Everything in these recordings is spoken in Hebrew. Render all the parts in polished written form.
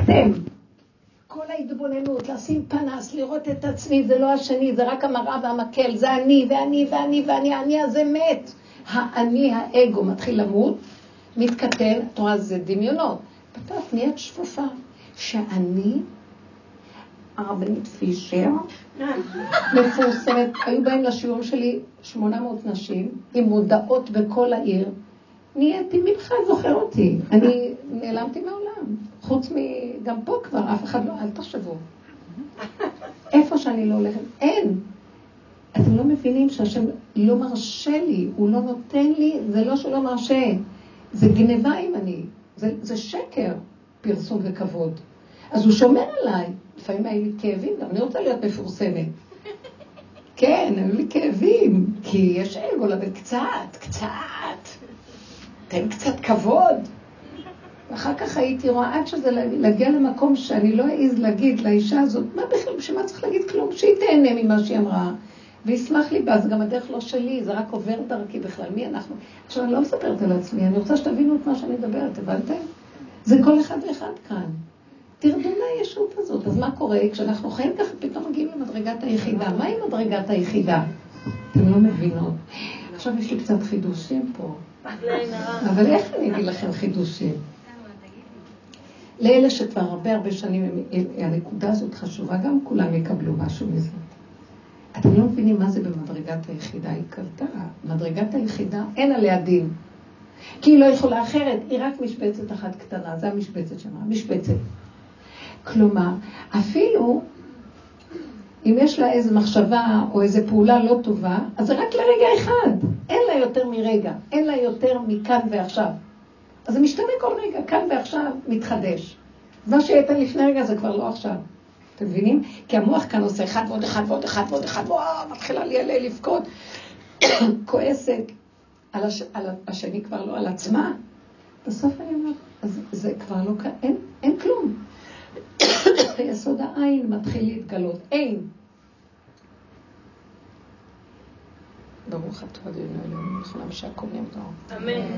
הפסקתם. כל ההתבוננות, לשים פנס, לראות את עצמי, זה לא השני, זה רק המראה והמקל, זה אני ואני ואני ואני, אני הזה מת. האני, האגו מתחיל למות, מתקטן, תראה, זה דמיונות. פתאום נהיית שפופה, שאני, הרבנית פישר, מפורסמת, היו באים לשיעור שלי 800 נשים, עם מודעות בכל העיר, נהייתי ממך זוכר אותי, אני נעלמתי מהעולם, חוץ גם פה כבר, אף אחד לא, אל תחשבו. איפה שאני לא הולכת, אין. אתם לא מבינים שהשם לא מרשה לי, הוא לא נותן לי, זה לא שלא מרשה, זה גניבה אם אני, זה שקר, פרסום וכבוד. אז הוא שומר עליי, לפעמים היה לי כאבים, גם אני רוצה להיות מפורסמת. כן, היו לי כאבים, כי יש אגו, אבל קצת. תן קצת כבוד. ואחר כך הייתי רואה עד שזה להגיע למקום שאני לא אעז להגיד לאישה הזאת, מה בכלל, שמה צריך להגיד כלום? שהיא תהנה ממה שהיא אמרה, וישמח לי בה, זה גם הדרך לא שלי, זה רק עובר דרכי בכלל, מי אנחנו? עכשיו אני לא מספרת על עצמי, אני רוצה שתבינו את מה שאני מדברת, הבנתם? זה כל אחד ואחד כאן. תרדו מהישות הזאת, אז מה קורה? כשאנחנו חיים ככה, פתאום מגיעים למדרגת היחידה. מה היא מדרגת היחידה? אתם לא מבינות. עכשיו יש לי קצת חידושים פה. אבל איך אני אגיד לכם חידושים? לאלה שכבר הרבה שנים, הנקודה הזאת חשובה, גם כולם יקבלו משהו מזה. אתם לא מבינים מה זה במדרגת היחידה, היא קלטה. מדרגת היחידה, אין עליה דין. כי היא לא יכולה אחרת, היא רק משבצת אחת קטנה, זה המשבצת שמה, משבצת. כלומר, אפילו אם יש לה איזו מחשבה או איזו פעולה לא טובה, אז זה רק לרגע אחד. אין לה יותר מרגע, אין לה יותר מכאן ועכשיו. אז זה משתנה כל רגע, כאן ועכשיו מתחדש. מה שהייתה לפני רגע זה כבר לא עכשיו. אתם מבינים? כי המוח כאן עושה אחד ועוד אחד ועוד אחד ועוד אחד, מתחילה לי לבכות, כועסת על השני כבר לא על עצמה. בסוף אני אומרת, אז זה כבר לא כאן, אין כלום. יסוד העין מתחיל להתגלות, אין. ברוך אתה אדוני אלוהינו מלך העולם שהכל נברא. אמן.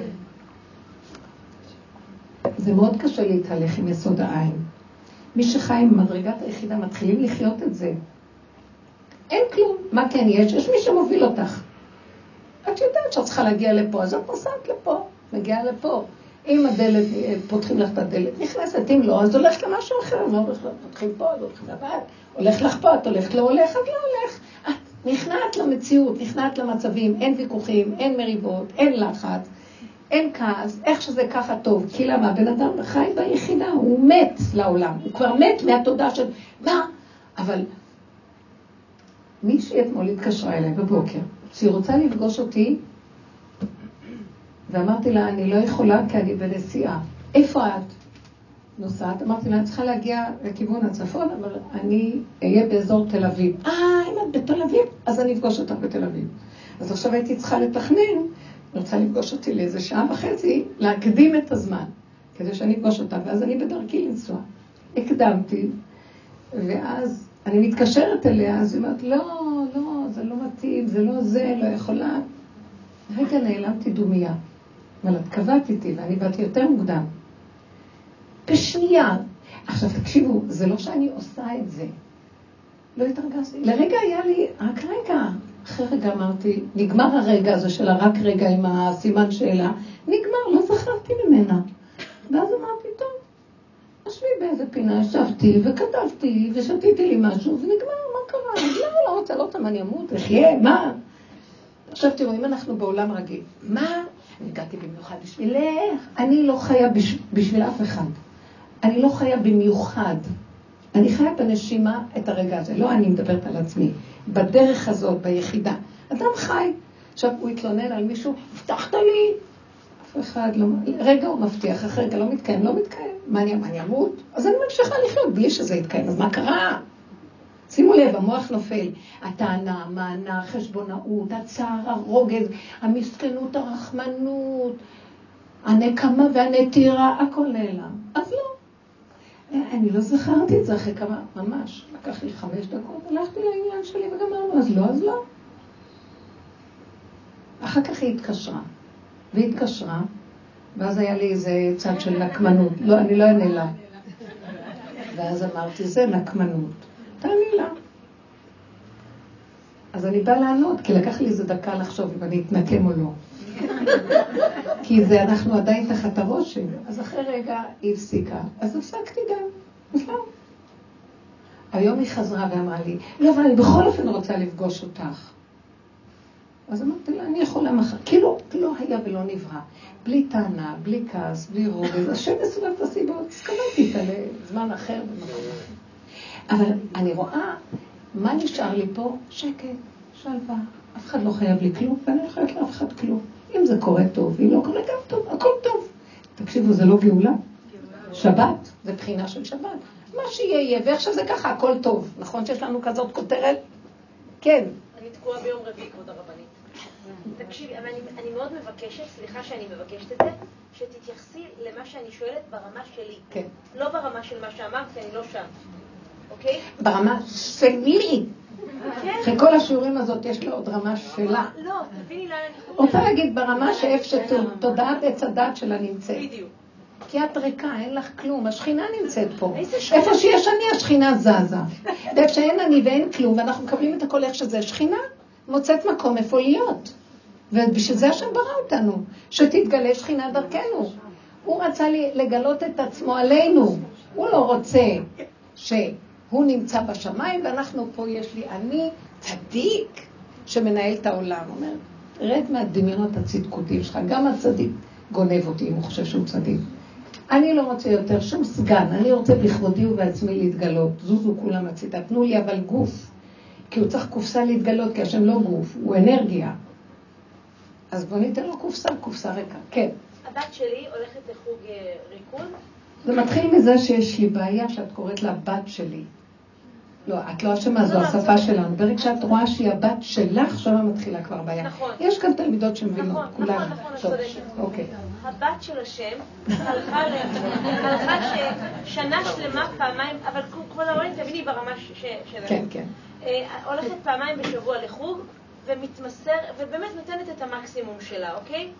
זה מאוד קשה להתהלך עם יסוד העין. מי שחי עם מדרגת היחידה מתחילים לחיות את זה. אין כלום. מה כן יש? יש מי שמוביל אותך. את יודעת שאת צריכה להגיע לפה, אז את נוסעת לפה, מגיעה לפה. אם הדלת, פותחים לך את הדלת, נכנסת, אם לא, אז הולכת למשהו אחר. לא פותחים פה, לא הולכים לבד. הולך לך פה, את הולכת לא הולך, את לא הולך. את נכנעת למציאות, נכנעת למצבים, אין ויכוחים, אין מריבות, אין לחץ, אין כעס, איך שזה ככה טוב. כי למה? בן אדם חי ביחידה, הוא מת לעולם. הוא כבר מת מהתודעה של, מה? אבל מישהי אתמול התקשרה אליי בבוקר, שהיא רוצה לפגוש אותי, ואמרתי לה, אני לא יכולה כי אני בנסיעה. איפה את? נוסעת? אמרתי לה, אני צריכה להגיע לכיוון הצפון, אבל אני אהיה באזור תל אביב. אם את בתל אביב, אז אני אפגוש אותך בתל אביב. אז עכשיו הייתי צריכה לתכנן, אני רוצה לפגוש אותי לאיזה שעה וחצי, להקדים את הזמן, כדי שאני אפגוש אותה, ואז אני בדרכי לנסוע. הקדמתי, ואז אני מתקשרת אליה, אז היא אומרת, לא, זה לא מתאים, זה לא זה, לא יכולה. רגע נעלמתי דומיה. אבל את קבעת איתי, ואני באתי יותר מוקדם. בשנייה. עכשיו תקשיבו, זה לא שאני עושה את זה. לא התרגשתי. לרגע היה לי, רק רגע. אחרי רגע אמרתי, נגמר הרגע הזה של הרק רגע עם הסימן שאלה. נגמר, לא זכרתי ממנה. ואז אמרתי, טוב, ישבי באיזה פינה, ישבתי וכתבתי ושתיתי לי משהו, ונגמר, מה קרה? לא רוצה, לא רוצה, מה אני אמות, לחיה, מה? עכשיו תראו, אם אנחנו בעולם רגיל, מה? אני הגעתי במיוחד בשבילך, אני לא חיה בשביל אף אחד. אני לא חיה במיוחד. אני חיה בנשימה את הרגע הזה, לא אני מדברת על עצמי. בדרך הזאת, ביחידה. אדם חי. עכשיו הוא התלונן על מישהו, הבטחת לי. אף אחד לא... רגע הוא מבטיח, אחרי רגע לא מתקיים, לא מתקיים. מה אני אמות? אז אני ממשיכה לחיות בלי שזה יתקיים. אז מה קרה? שימו לב, המוח נופל. הטענה, המענה, החשבונאות, הצער, הרוגז, המסכנות, הרחמנות, הנקמה והנטירה, הכל נעלם. אז לא. אני לא זכרתי את זה אחרי כמה, ממש. לקח לי 5 דקות, הלכתי לעניין שלי וגמרנו, אז לא. אחר כך היא התקשרה, ואז היה לי איזה צד של נקמנות. לא, אני לא אענה לה. ואז אמרתי, זה נקמנות. תעני לה. אז אני באה לענות, כי לקח לי איזה דקה לחשוב אם אני אתנקם או לא. כי זה אנחנו עדיין תחת הרושם. אז אחרי רגע היא הפסיקה. אז הפסקתי גם. היום היא חזרה ואמרה לי, לא, אבל אני בכל אופן רוצה לפגוש אותך. אז אמרתי לה, אני יכולה מחר. כאילו, לא היה ולא נברא. בלי טענה, בלי כעס, בלי רוגז. השם מסובב את הסיבות. קבלתי איתה לזמן אחר במקום אחר. אבל אני רואה מה נשאר לי פה? שקט, שלווה. אף אחד לא חייב לי כלום, ואני לא חייבת לאף אחד כלום. אם זה קורה טוב, אם לא קורה גם טוב, הכל טוב. תקשיבו, זה לא גאולה. שבת, זה בחינה של שבת. מה שיהיה יהיה, ועכשיו זה ככה, הכל טוב. נכון שיש לנו כזאת כותרת? כן. אני תקועה ביום רביעי, כבוד הרבנית. תקשיבי, אבל אני מאוד מבקשת, סליחה שאני מבקשת את זה, שתתייחסי למה שאני שואלת ברמה שלי. כן. לא ברמה של מה שאמרת, כי אני לא שם. אוקיי? ברמה שלי. כן. אחרי כל השיעורים הזאת יש לה עוד רמה שלה. לא, תביני לאן אני חושבת. רוצה להגיד ברמה שאיפה שתודעת עץ הדת שלה נמצאת. בדיוק. כי את ריקה, אין לך כלום, השכינה נמצאת פה. איפה שיש אני, השכינה זזה. ואיפה שאין אני ואין כלום, ואנחנו מקבלים את הכל איך שזה, שכינה מוצאת מקום איפה להיות. ובשביל זה השם ברא אותנו, שתתגלה שכינה דרכנו. הוא רצה לגלות את עצמו עלינו. הוא לא רוצה שהוא נמצא בשמיים, ואנחנו פה יש לי אני צדיק שמנהל את העולם. אומר, רד מהדמיונות הצדקותיים שלך, גם הצדיק גונב אותי אם הוא חושב שהוא צדיק. אני לא רוצה יותר שום סגן, אני רוצה בכבודי ובעצמי להתגלות. זוזו כולם הצידה, תנו לי אבל גוף. כי הוא צריך קופסה להתגלות, כי השם לא גוף, הוא אנרגיה. אז בוא ניתן לו קופסה ריקה. כן. הבת שלי הולכת לחוג ריקוד. זה מתחיל מזה שיש לי בעיה שאת קוראת לה בת שלי. לא, את לא אשמה, זו השפה שלנו. ברגע שאת רואה שהיא הבת שלך, שם מתחילה כבר בעיה. נכון. יש כאן תלמידות שמבינות, כולן. נכון, צודקת. אוקיי. הבת של השם הלכה שנה שלמה פעמיים, אבל כבוד הרבנית תביני ברמה שלנו. כן, כן. הולכת פעמיים בשבוע לחוג, ומתמסר, ובאמת נותנת את המקסימום שלה, אוקיי?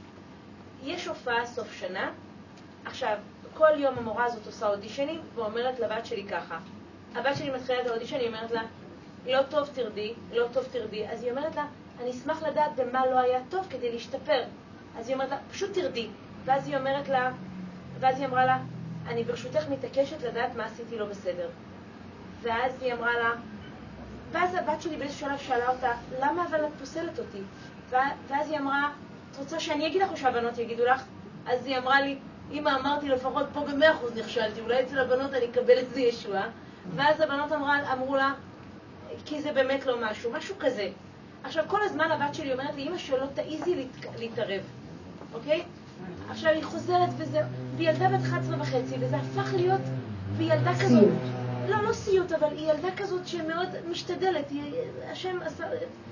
יש הופעה סוף שנה. עכשיו, כל יום המורה הזאת עושה אודישנים, ואומרת לבת שלי ככה. הבת שלי מתחילה את האודישן, היא אומרת לה, לא טוב תרדי, לא טוב תרדי. אז היא אומרת לה, אני אשמח לדעת במה לא היה טוב כדי להשתפר. אז היא אומרת לה, פשוט תרדי. ואז היא אומרת לה, ואז היא אמרה לה, אני ברשותך מתעקשת לדעת מה עשיתי לא בסדר. ואז היא אמרה לה, ואז הבת שלי באיזשהו שלב שאלה אותה, למה אבל את פוסלת אותי? ואז היא אמרה, את רוצה שאני אגיד לך או שהבנות יגידו לך? אז היא אמרה לי, אמא, אמרתי לפחות פה ב100% נכשלתי, אולי אצל הבנות אני אקבל את זה ישועה. ואז הבנות אמרו לה, כי זה באמת לא משהו כזה. עכשיו, כל הזמן הבת שלי אומרת לי, אמא שלא תעיזי להתערב, אוקיי? עכשיו היא חוזרת והיא ילדה בת 11.5, וזה הפך להיות, והיא ילדה כזאת, לא סיוט, אבל היא ילדה כזאת שמאוד משתדלת, השם עשה...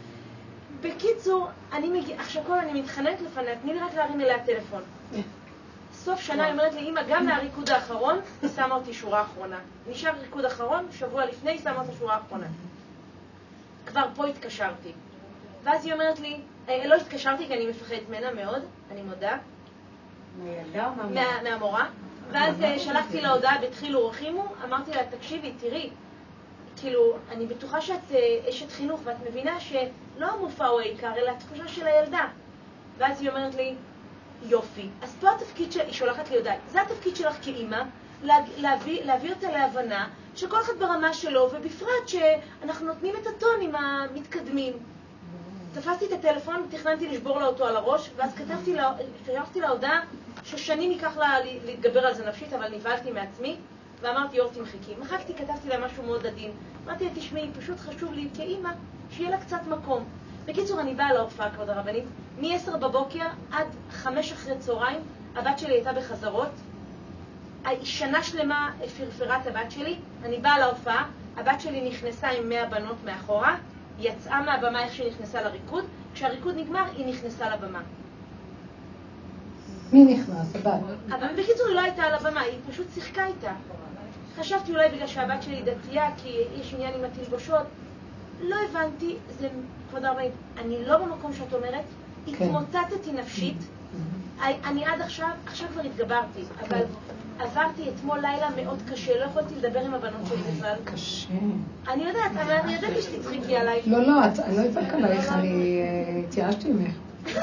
בקיצור, עכשיו כל אני מתחננת לפניה, תני לי רק להרים אליה טלפון. סוף שנה היא אומרת לי, אמא, גם מהריקוד האחרון, היא שמה אותי שורה האחרונה. נשאר ריקוד אחרון, שבוע לפני היא שמה אותי שורה האחרונה. כבר פה התקשרתי. ואז היא אומרת לי, לא התקשרתי כי אני מפחדת ממנה מאוד, אני מודה. מהילדה או מהמורה. ואז שלחתי לה הודעה בתחילו רחימו, אמרתי לה, תקשיבי, תראי, כאילו, אני בטוחה שאת אשת חינוך, ואת מבינה שלא המופע הוא העיקר, אלא התחושה של הילדה. ואז היא אומרת לי, יופי. אז פה התפקיד היא שולחת לי הודעה. זה התפקיד שלך כאימא, להביא אותה להבנה שכל אחד ברמה שלו, ובפרט שאנחנו נותנים את הטון עם המתקדמים. תפסתי את הטלפון, תכננתי לשבור לה אותו על הראש, ואז כתבתי לה הודעה ששנים ייקח לה להתגבר על זה נפשית, אבל נבהלתי מעצמי, ואמרתי, יור תמחיקי. מחקתי, כתבתי לה משהו מאוד עדין. אמרתי לה, תשמעי, פשוט חשוב לי כאימא, שיהיה לה קצת מקום. בקיצור, אני באה להופעה, כבוד הרבנית, מ-10 בבוקר עד 5 אחרי צהריים, הבת שלי הייתה בחזרות, שנה שלמה פרפרה את הבת שלי, אני באה להופעה, הבת שלי נכנסה עם 100 בנות מאחורה, יצאה מהבמה איך שהיא נכנסה לריקוד, כשהריקוד נגמר, היא נכנסה לבמה. מי נכנס? הבת. אבל בקיצור, היא לא הייתה על הבמה, היא פשוט שיחקה איתה. חשבתי אולי בגלל שהבת שלי דתייה, כי יש עניין עם התלבושות. לא הבנתי, זה, כבוד הרבנית, אני לא במקום שאת אומרת, התמוטטתי נפשית, אני עד עכשיו כבר התגברתי, עברתי אתמול לילה מאוד קשה, לא יכולתי לדבר עם הבנות שלי בכלל. קשה. אני יודעת, אבל אני ידעתי שתצחיקי עליי. לא, אני לא אצחק עלייך, אני התייאשתי ממך.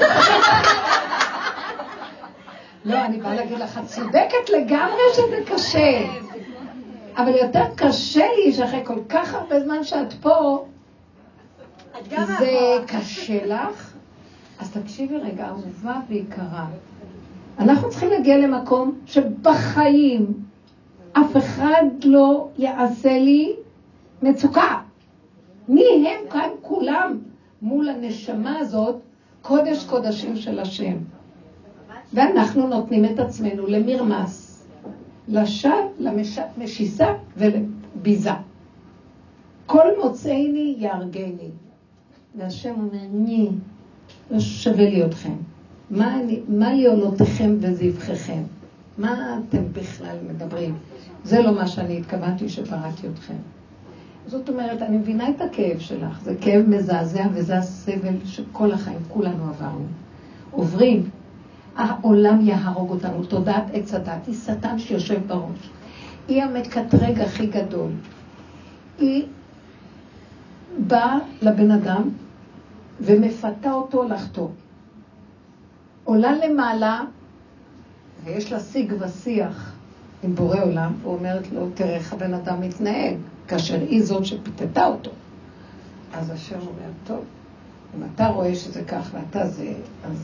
לא, אני באה להגיד לך, את צודקת לגמרי שזה קשה. אבל יותר קשה לי שאחרי כל כך הרבה זמן שאת פה, זה קשה לך. אז תקשיבי רגע, אהובה ויקרה. אנחנו צריכים להגיע למקום שבחיים אף אחד לא יעשה לי מצוקה. מי הם כאן כולם מול הנשמה הזאת, קודש קודשים של השם. ואנחנו נותנים את עצמנו למרמס, לשד, למשיסה ולביזה. כל מוצאיני יארגני. והשם אומר, ני, לא שווה לי אתכם. מה לי עולותיכם וזבחיכם? מה אתם בכלל מדברים? זה לא מה שאני התכוונתי שבראתי אתכם. זאת אומרת, אני מבינה את הכאב שלך. זה כאב מזעזע וזה הסבל שכל החיים, כולנו עברנו. עוברים. העולם יהרוג אותנו. תודעת עץ הדת היא שטן שיושב בראש. היא המקטרג הכי גדול. היא באה לבן אדם ומפתה אותו לחטוא. עולה למעלה, ויש לה שיג ושיח עם בורא עולם, ואומרת לו, תראה איך הבן אדם מתנהג, כאשר היא זאת שפיתתה אותו. אז השם אומר, טוב, אם אתה רואה שזה כך ואתה זה, אז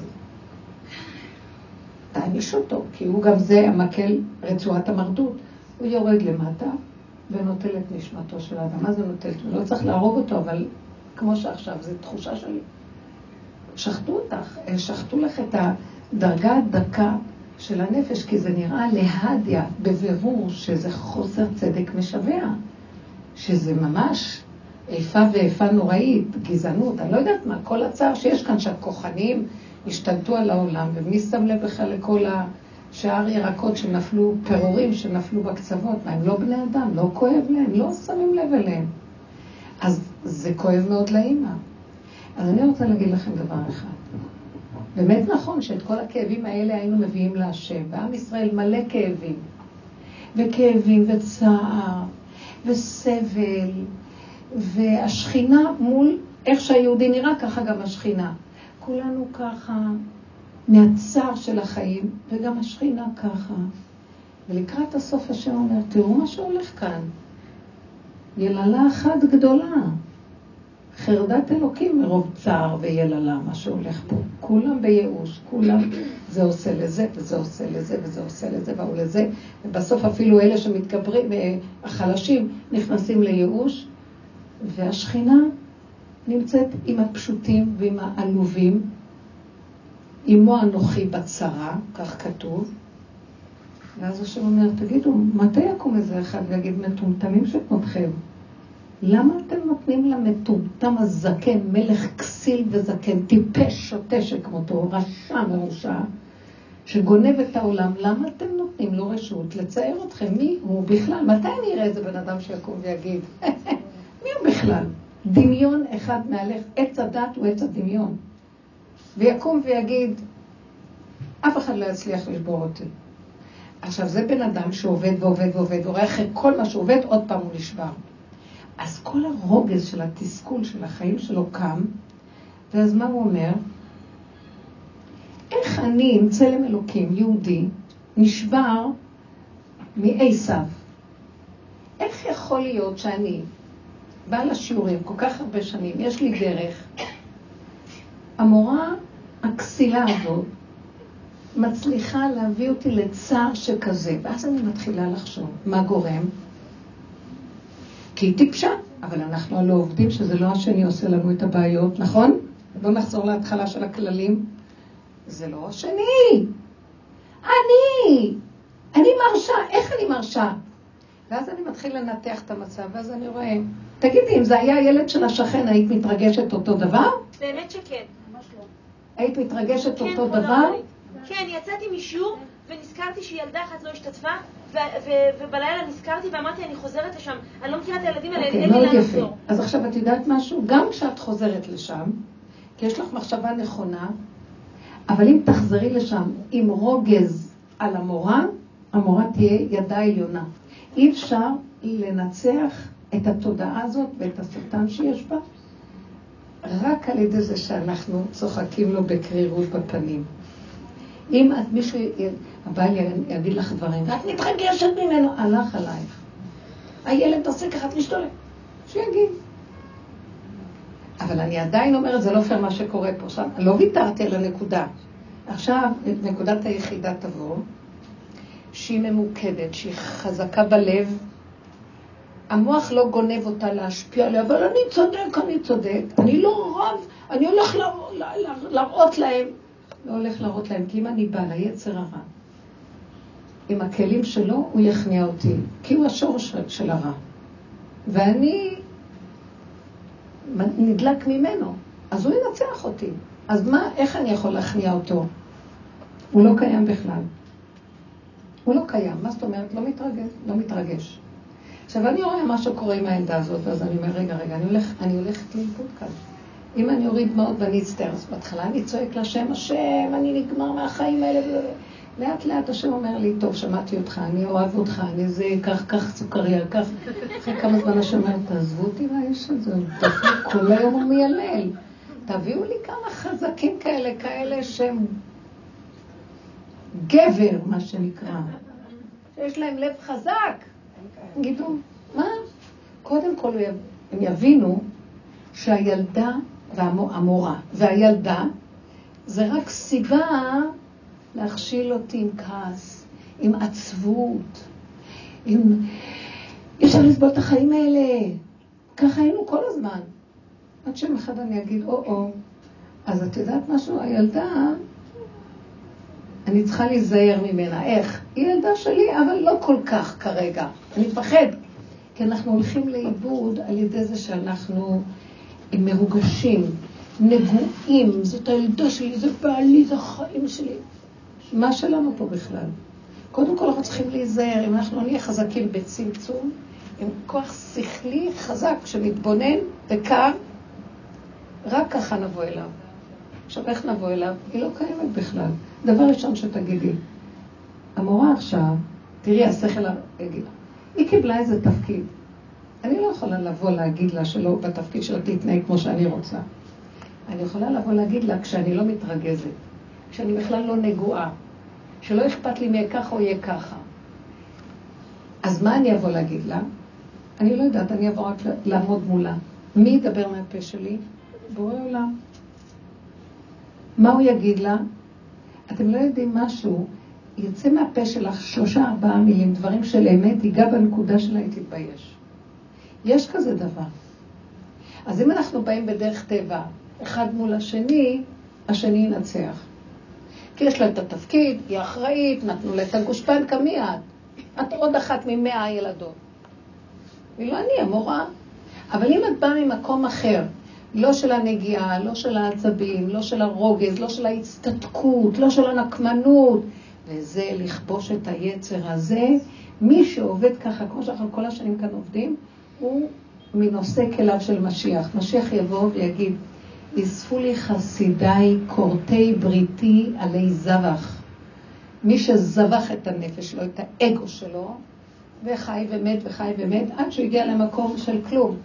תעניש אותו, כי הוא גם זה המקל רצועת המרדות. הוא יורד למטה ונוטל את נשמתו של האדם. מה זה נוטל? לא צריך להרוג אותו, אבל כמו שעכשיו, זו תחושה שלי. שחטו אותך, שחטו לך את הדרגה הדקה של הנפש, כי זה נראה להדיה בבירור שזה חוסר צדק משווה, שזה ממש איפה ואיפה נוראית, גזענות, אני לא יודעת מה, כל הצער שיש כאן שהכוחנים השתלטו על העולם, ומי שם לב בכלל לכל השאר ירקות שנפלו, פירורים שנפלו בקצוות, מה, הם לא בני אדם, לא כואב להם, לא שמים לב אליהם. אז זה כואב מאוד לאמא. אז אני רוצה להגיד לכם דבר אחד. באמת נכון שאת כל הכאבים האלה היינו מביאים להשם, ועם ישראל מלא כאבים, וכאבים וצער, וסבל, והשכינה מול איך שהיהודי נראה, ככה גם השכינה. כולנו ככה, מהצער של החיים, וגם השכינה ככה. ולקראת הסוף השם אומר, תראו מה שהולך כאן. יללה אחת גדולה. חרדת אלוקים מרוב צער ויללה, מה שהולך פה. כולם בייאוש, כולם, זה עושה לזה, וזה עושה לזה, וזה עושה לזה, והוא לזה. ובסוף אפילו אלה שמתגברים, החלשים, נכנסים לייאוש. והשכינה נמצאת עם הפשוטים ועם העלובים, עמו אנוכי בצרה, כך כתוב. ואז השם אומר, תגידו, מתי יקום איזה אחד ויגיד, מטומטמים שכמותכם? למה אתם נותנים למטומטם הזקן, מלך כסיל וזקן, טיפש שוטה שכמותו, רשע מרושע, שגונב את העולם, למה אתם נותנים לו רשות לצייר אתכם? מי הוא בכלל? מתי אני אראה איזה בן אדם שיקום ויגיד? מי הוא בכלל? דמיון אחד מהלך, עץ הדת הוא עץ הדמיון. ויקום ויגיד, אף אחד לא יצליח לשבור אותי. עכשיו, זה בן אדם שעובד ועובד ועובד, ורואה אחרי כל מה שעובד, עוד פעם הוא נשבר. אז כל הרוגז של התסכול של החיים שלו קם, ואז מה הוא אומר? איך אני עם צלם אלוקים, יהודי, נשבר מעשיו? איך יכול להיות שאני באה לשיעורים כל כך הרבה שנים, יש לי דרך, המורה הכסילה הזאת מצליחה להביא אותי לצער שכזה, ואז אני מתחילה לחשוב, מה גורם? כי היא טיפשה, אבל אנחנו לא עובדים שזה לא השני עושה לנו את הבעיות, נכון? בואו נחזור להתחלה של הכללים. זה לא השני. אני מרשה. איך אני מרשה? ואז אני מתחיל לנתח את המצב, ואז אני רואה, תגידי, אם זה היה הילד של השכן, היית מתרגשת אותו דבר? באמת שכן. ממש לא. היית מתרגשת כן, אותו דבר? כן, יצאתי משיעור ונזכרתי שילדה אחת לא השתתפה, ובלילה נזכרתי ואמרתי, אני חוזרת לשם. אני לא מכירה את הילדים האלה, אין לי לאן לחזור. אז עכשיו את יודעת משהו? גם כשאת חוזרת לשם, כי יש לך מחשבה נכונה, אבל אם תחזרי לשם עם רוגז על המורה, המורה תהיה ידה עליונה. אי אפשר לנצח את התודעה הזאת ואת השטן שיש בה, רק על ידי זה שאנחנו צוחקים לו בקרירות בפנים. אם את מישהו, הבעל יגיד לך דברים, ואת מתרגשת ממנו, הלך עלייך. הילד עושה ככה, את משתולת. שיגיד. אבל אני עדיין אומרת, זה לא פייר מה שקורה פה. עכשיו, לא ויתרתי על הנקודה. עכשיו, נקודת היחידה תבוא, שהיא ממוקדת, שהיא חזקה בלב. המוח לא גונב אותה להשפיע עליה, אבל אני צודק. אני לא רב, אני הולך להראות להם. לא הולך להראות להם, כי אם אני באה ליצר הרע, עם הכלים שלו, הוא יכניע אותי, כי הוא השורש של הרע. ואני נדלק ממנו, אז הוא ינצח אותי. אז מה, איך אני יכול להכניע אותו? הוא לא קיים בכלל. הוא לא קיים. מה זאת אומרת? לא מתרגש. עכשיו, אני רואה מה שקורה עם הילדה הזאת, אז אני אומר, רגע, אני הולכת לאיבוד כאן. אם אני אוריד מאוד ואני אצטער, אז בהתחלה אני צועק לשם, השם, אני נגמר מהחיים האלה. לאט לאט השם אומר לי, טוב, שמעתי אותך, אני אוהב אותך, אני זה, כך סוכריה, כך. אחרי כמה זמן השם אומר, תעזבו אותי לאיש הזה, כל היום הוא מיילל. תביאו לי כמה חזקים כאלה שהם גבר, מה שנקרא. שיש להם לב חזק. גידו, מה? קודם כל הם יבינו שהילדה והמורה והילדה זה רק סיבה להכשיל אותי עם כעס, עם עצבות, עם אפשר לסבול את החיים האלה. ככה היינו כל הזמן. עד שם אחד אני אגיד, אז את יודעת משהו? הילדה, אני צריכה להיזהר ממנה. איך? היא ילדה שלי, אבל לא כל כך כרגע. אני מפחד. כי אנחנו הולכים לאיבוד על ידי זה שאנחנו מרוגשים, נגועים. זאת הילדה שלי, זה בעלי, זה החיים שלי. מה שלנו פה בכלל? קודם כל אנחנו צריכים להיזהר. אם אנחנו נהיה חזקים בצמצום, עם כוח שכלי חזק שמתבונן וקר, רק ככה נבוא אליו. עכשיו איך נבוא אליו? היא לא קיימת בכלל. דבר ראשון שתגידי, המורה עכשיו, תראי השכל יגיד לה, היא קיבלה איזה תפקיד. אני לא יכולה לבוא להגיד לה שלא בתפקיד שלה תתנהג כמו שאני רוצה. אני יכולה לבוא להגיד לה כשאני לא מתרגזת, כשאני בכלל לא נגועה, שלא אכפת לי מי ככה או יהיה ככה. אז מה אני אבוא להגיד לה? אני לא יודעת, אני אבוא רק לעמוד מולה. מי ידבר מהפה שלי? בורא עולם. מה הוא יגיד לה? אתם לא יודעים משהו, יצא מהפה שלך 3-4 מילים, דברים של אמת, ייגע בנקודה שלה, היא תתבייש. יש כזה דבר. אז אם אנחנו באים בדרך טבע, אחד מול השני, השני ינצח. כי יש לה את התפקיד, היא אחראית, נתנו לה את הגושפנקה מיד. את עוד אחת מ100 ילדות. ולא אני, המורה. אבל אם את באה ממקום אחר, לא של הנגיעה, לא של העצבים, לא של הרוגז, לא של ההצטדקות, לא של הנקמנות, וזה לכבוש את היצר הזה, מי שעובד ככה, כמו שאנחנו כל השנים כאן עובדים, הוא מנושא כליו של משיח. משיח יבוא ויגיד, אספו לי חסידיי קורתי בריתי עלי זבח. מי שזבח את הנפש שלו, את האגו שלו, וחי ומת, עד שהוא הגיע למקום של כלום.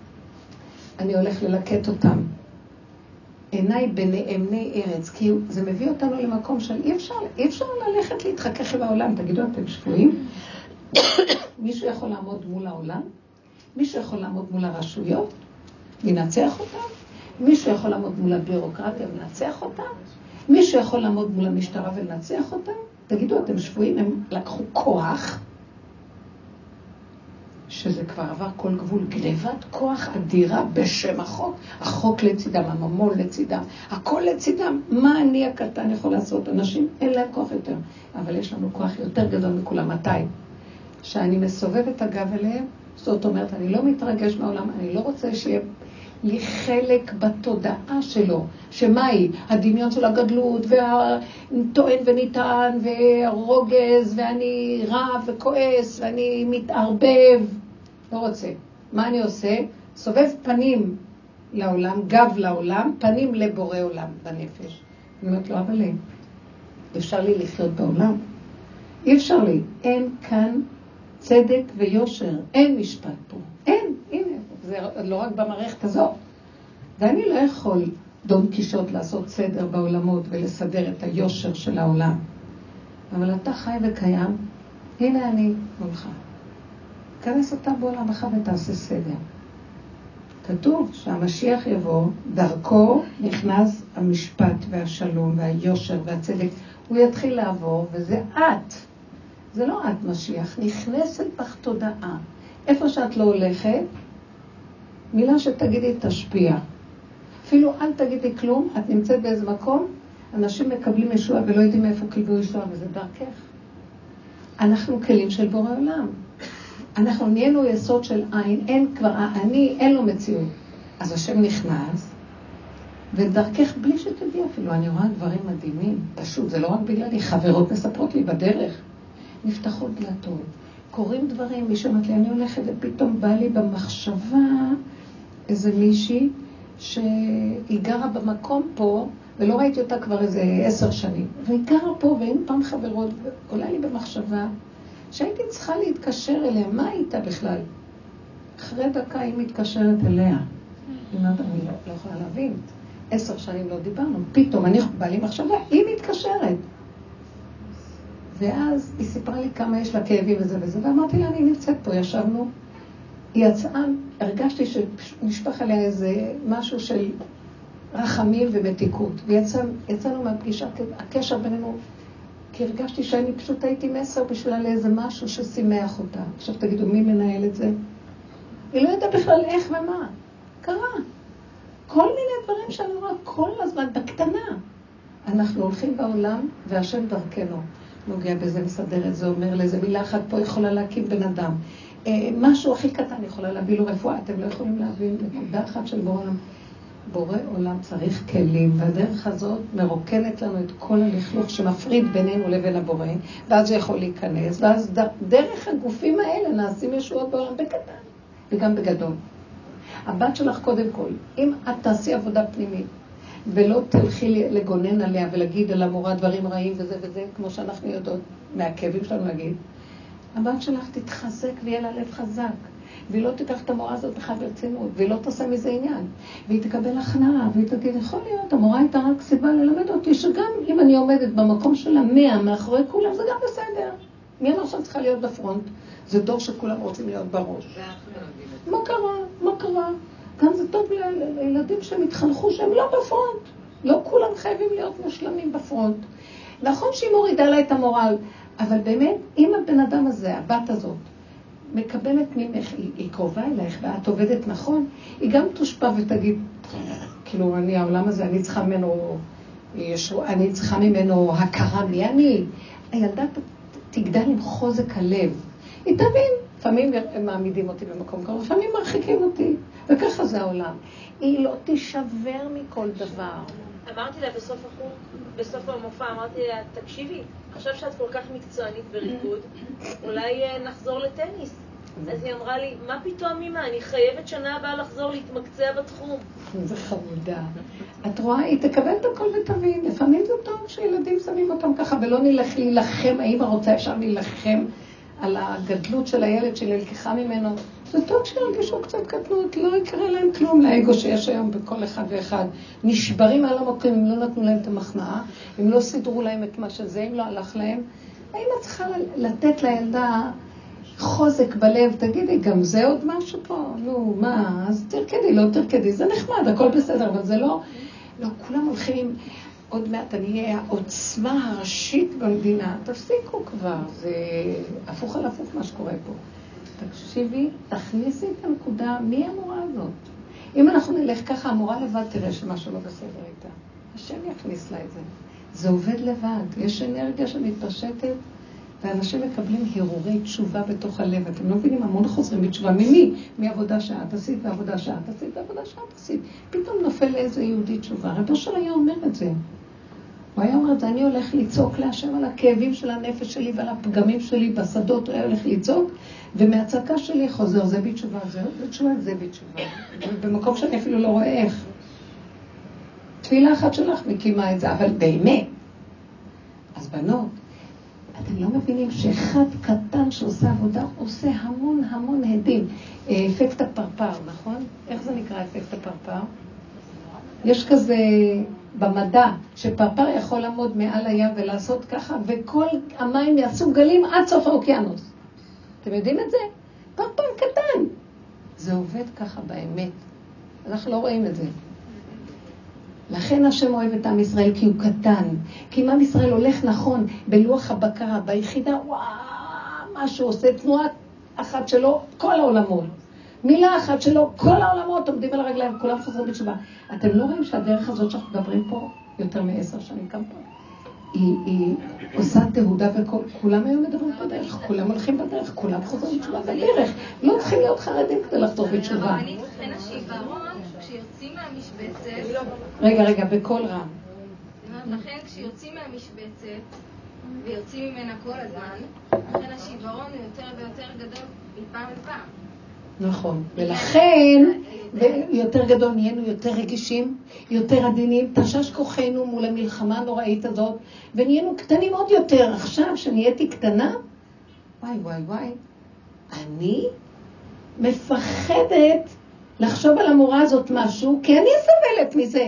אני הולך ללקט אותם. עיניי בנאמני ארץ, כי זה מביא אותנו למקום של אי אפשר ללכת להתחכך עם העולם. תגידו, אתם שפויים? מישהו יכול לעמוד מול העולם? מישהו יכול לעמוד מול הרשויות? לנצח אותם? מישהו יכול לעמוד מול הבירוקרטיה ולנצח אותם? מישהו יכול לעמוד מול המשטרה ולנצח אותם? תגידו, אתם שפויים? הם לקחו כוח, שזה כבר עבר כל גבול, גנבת כוח אדירה בשם החוק. החוק לצידם, הממון לצידם, הכל לצידם. מה אני הקטן יכול לעשות? אנשים אין להם כוח יותר, אבל יש לנו כוח יותר גדול מכולם. מתי? שאני מסובב את הגב אליהם, זאת אומרת, אני לא מתרגש מהעולם, אני לא רוצה שיהיה לי חלק בתודעה שלו, שמה היא? הדמיון של הגדלות, והטוען וניתן, והרוגז, ואני רב וכועס, ואני מתערבב. לא רוצה. מה אני עושה? סובב פנים לעולם, גב לעולם, פנים לבורא עולם בנפש. אני אומרת לו, אבל אפשר לי לחיות בעולם? אי אפשר לי. אין כאן צדק ויושר. אין משפט פה. אין. הנה, זה לא רק במערכת הזאת. ואני לא יכול דון קישוט לעשות סדר בעולמות ולסדר את היושר של העולם. אבל אתה חי וקיים. הנה אני מולך. כנס אותה בעולמך ותעשה סדר. כתוב שהמשיח יבוא, דרכו נכנס המשפט והשלום והיושר והצדק. הוא יתחיל לעבור, וזה את. זה לא את משיח, נכנסת בך תודעה. איפה שאת לא הולכת, מילה שתגידי תשפיע. אפילו אל תגידי כלום, את נמצאת באיזה מקום, אנשים מקבלים ישוע ולא יודעים איפה קיבלו ישוע, וזה דרכך. אנחנו כלים של בורא עולם. אנחנו נהיינו יסוד של עין, אין כבר, אין לו מציאות. אז השם נכנס, ודרכך בלי שתדעי אפילו, אני רואה דברים מדהימים. פשוט, זה לא רק בגללי, חברות מספרות לי בדרך. נפתחות דלתות, קוראים דברים, מי שאומרת לי, אני הולכת ופתאום בא לי במחשבה איזה מישהי שהיא גרה במקום פה, ולא ראיתי אותה כבר איזה 10 שנים. והיא גרה פה, והיינו פעם חברות, ועולה לי במחשבה, שהייתי צריכה להתקשר אליה, מה הייתה בכלל? אחרי דקה היא מתקשרת אליה. היא אומרת, אני לא יכולה להבין. 10 שנים לא דיברנו, פתאום אני בא לי מחשבה, היא מתקשרת. ואז היא סיפרה לי כמה יש לה כאבים וזה וזה, ואמרתי לה, אני נמצאת פה, ישבנו. היא יצאה, הרגשתי שנשפך עליה איזה משהו של רחמים ומתיקות. ויצאנו מהפגישה, הקשר בינינו, כי הרגשתי שאני פשוט הייתי מסר בשבילה לאיזה משהו ששימח אותה. עכשיו תגידו, מי מנהל את זה? היא לא יודעה בכלל איך ומה. קרה. כל מיני דברים שאני רואה כל הזמן, בקטנה. אנחנו הולכים בעולם, והשם דרכנו. נוגע בזה, מסדר את זה, אומר לזה, מילה אחת פה יכולה להקים בן אדם. משהו הכי קטן יכולה להביא לו רפואה. אתם לא יכולים להביא נקודה אחת של בורא עולם. בורא עולם צריך כלים, והדרך הזאת מרוקנת לנו את כל הלכלוך שמפריד בינינו לבין הבורא, ואז זה יכול להיכנס, ואז דרך הגופים האלה נעשים ישועות בעולם בקטן, וגם בגדול. הבת שלך קודם כל, אם את תעשי עבודה פנימית, ולא תלכי לגונן עליה ולהגיד על המורה דברים רעים וזה וזה, כמו שאנחנו יודעות מהכאבים שלנו להגיד, הבת שלך תתחזק ויהיה לה לב חזק. והיא לא תיקח את המורה הזאת בכלל ברצינות, והיא לא תעשה מזה עניין. והיא תקבל הכנעה, והיא תגיד, יכול להיות, המורה הייתה רק סיבה ללמד אותי, שגם אם אני עומדת במקום של 100 מאחורי כולם, זה גם בסדר. מי אמר שאני צריכה להיות בפרונט? זה דור שכולם רוצים להיות בראש. מה קרה? מה קרה? גם זה טוב לילדים שהם התחנכו שהם לא בפרונט. לא כולם חייבים להיות מושלמים בפרונט. נכון שהיא מורידה לה את המורל, אבל באמת, אם הבן אדם הזה, הבת הזאת, מקבלת ממך, היא קרובה אלייך, ואת עובדת נכון, היא גם תושפע ותגיד, כאילו, העולם הזה, אני צריכה ממנו הכרה, מי אני? הילדה תגדל עם חוזק הלב. היא תבין, לפעמים הם מעמידים אותי במקום קרוב, לפעמים מרחיקים אותי, וככה זה העולם. היא לא תישבר מכל דבר. אמרתי לה בסוף המופע, אמרתי לה, תקשיבי, עכשיו שאת כל כך מקצוענית בריקוד, אולי נחזור לטניס. אז היא אמרה לי, מה פתאום אמא, אני חייבת שנה הבאה לחזור להתמקצע בתחום. זה חמודה. את רואה, היא תקבל את הכל ותבין. לפעמים זה טוב שילדים שמים אותם ככה, ולא נלך להילחם, האמא רוצה אפשר להילחם על הגדלות של הילד שנלקחה ממנו. זה טוב שירגישו קצת קטנות, לא יקרה להם כלום לאגו שיש היום בכל אחד ואחד. נשברים על המקום, אם לא נתנו להם את המחמאה, אם לא סידרו להם את מה שזה, אם לא הלך להם. האמא צריכה לתת לילדה חוזק בלב, תגידי, גם זה עוד משהו פה? נו, מה? אז תרקדי, לא תרקדי, זה נחמד, הכל בסדר, אבל זה לא, כולם הולכים, עוד מעט אני אהיה העוצמה הראשית במדינה, תפסיקו כבר, זה הפוך על הפוך מה שקורה פה. תקשיבי, תכניסי את הנקודה, מי המורה הזאת? אם אנחנו נלך ככה, המורה לבד תראה שמשהו לא בסדר איתה. השם יכניס לה את זה. זה עובד לבד, יש אנרגיה שמתפשטת, ואנשים מקבלים הרהורי תשובה בתוך הלב. אתם לא מבינים, המון חוזרים בתשובה. ממי? מעבודה שאת עשית, ועבודה שאת עשית, ועבודה שאת עשית. פתאום נופל לאיזה יהודי תשובה. רבו של היה אומר את זה. הוא היה אומר את זה, אני הולך לצעוק להשם על הכאבים של הנפש שלי ועל הפגמים שלי בשדות, הוא היה הולך לצעוק, ומהצעקה שלי חוזר, זה בתשובה, זה בתשובה, זה בתשובה. במקום שאני אפילו לא רואה איך. תפילה אחת שלך מקימה את זה, אבל באמת. אז בנות, אתם לא מבינים שאחד קטן שעושה עבודה, עושה המון המון הדים. אפקט הפרפר, נכון? איך זה נקרא אפקט הפרפר? יש כזה במדע, שפרפר יכול לעמוד מעל הים ולעשות ככה, וכל המים יעשו גלים עד סוף האוקיינוס. אתם יודעים את זה? פרפר קטן. זה עובד ככה באמת. אנחנו לא רואים את זה. לכן השם אוהב את עם ישראל כי הוא קטן. כי אם עם ישראל הולך נכון בלוח הבקרה, ביחידה, וואו, מה שהוא עושה, תנועה אחת שלו, כל העולמות. מילה אחת שלו, כל העולמות עומדים על הרגליים, כולם חוזרים בתשובה. אתם לא רואים שהדרך הזאת שאנחנו מדברים פה יותר מ10 שנים כאן פה? היא עושה תהודה וכולם היום מדברים בדרך, כולם הולכים בדרך, כולם חוזרים בתשובה בדרך. לא צריכים להיות חרדים כדי לחזור בתשובה. אני צריכה שיוורון, כשיוצאים מהמשבצת... רגע, בכל רם. לכן כשיוצאים מהמשבצת ויוצאים ממנה כל הזמן, לכן השיוורון הוא יותר ויותר גדול מפעם לפעם. נכון, ולכן יותר גדול נהיינו יותר רגישים, יותר עדינים, תשש כוחנו מול המלחמה הנוראית הזאת, ונהיינו קטנים עוד יותר. עכשיו שנהייתי קטנה, וואי, אני מפחדת לחשוב על המורה הזאת משהו, כי אני סבלת מזה.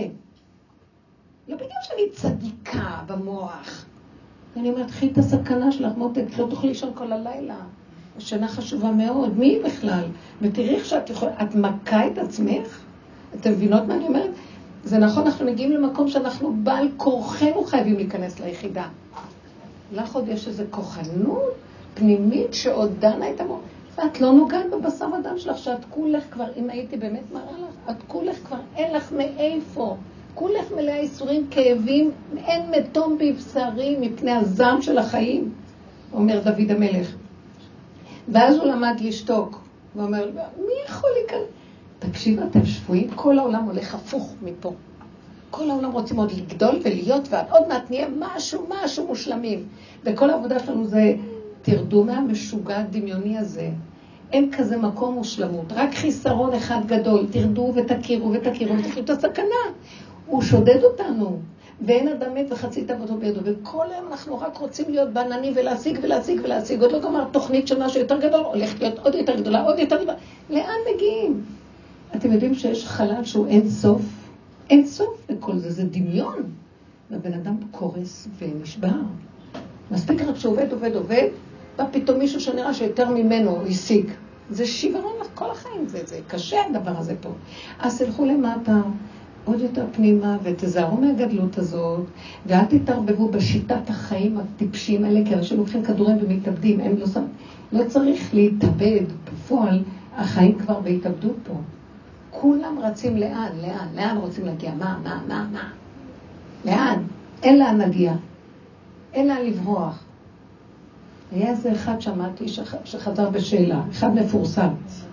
לא בגלל שאני צדיקה במוח. אני אומרת, קחי את הסכנה שלך, מותק, לא תוכלי לישון כל הלילה. השנה חשובה מאוד, מי בכלל? ותראי איך שאת יכולה, את מכה את עצמך? אתם מבינות מה אני אומרת? זה נכון, אנחנו מגיעים למקום שאנחנו בעל כורחנו חייבים להיכנס ליחידה. לך עוד יש איזו כוחנות פנימית שעוד דנה את המוח. ואת לא נוגעת בבשר אדם שלך, שאת כולך כבר, אם הייתי באמת מראה לך, את כולך כבר אין לך מאיפה. כולך מלאה איסורים, כאבים, אין מתום בבשרי מפני הזעם של החיים, אומר דוד המלך. ואז הוא למד לשתוק, ואומר, מי יכול להיכנס? תקשיב, אתם שבועים, כל העולם הולך הפוך מפה. כל העולם רוצים עוד לגדול ולהיות, ועוד מעט נהיה משהו מושלמים. וכל העבודה שלנו זה, תרדו מהמשוגע הדמיוני הזה. אין כזה מקום מושלמות, רק חיסרון אחד גדול. תרדו ותכירו את הסכנה. הוא שודד אותנו. ואין אדם מת וחצי תאוותו בידו, וכל היום אנחנו רק רוצים להיות בעננים ולהשיג, עוד לא גמר תוכנית של משהו יותר גדול, הולכת להיות עוד יותר גדולה, עוד יותר גדולה. לאן מגיעים? אתם יודעים שיש חלל שהוא אין סוף לכל זה, זה דמיון. והבן אדם קורס ונשבר. מספיק רק שעובד, בא פתאום מישהו שנראה שיותר ממנו השיג. זה שיוורון לך כל החיים, זה קשה הדבר הזה פה. אז תלכו למטה, עוד יותר פנימה, ותזהרו מהגדלות הזאת, ואל תתערבבו בשיטת החיים הטיפשים האלה, כי אנשים לוקחים כדורים ומתאבדים, הם לא צריך להתאבד, בפועל החיים כבר בהתאבדות פה. כולם רצים לאן רוצים להגיע? מה? לאן? אין לאן להגיע, אין לאן לברוח. היה איזה אחד שמעתי שחזר בשאלה, אחד מפורסם.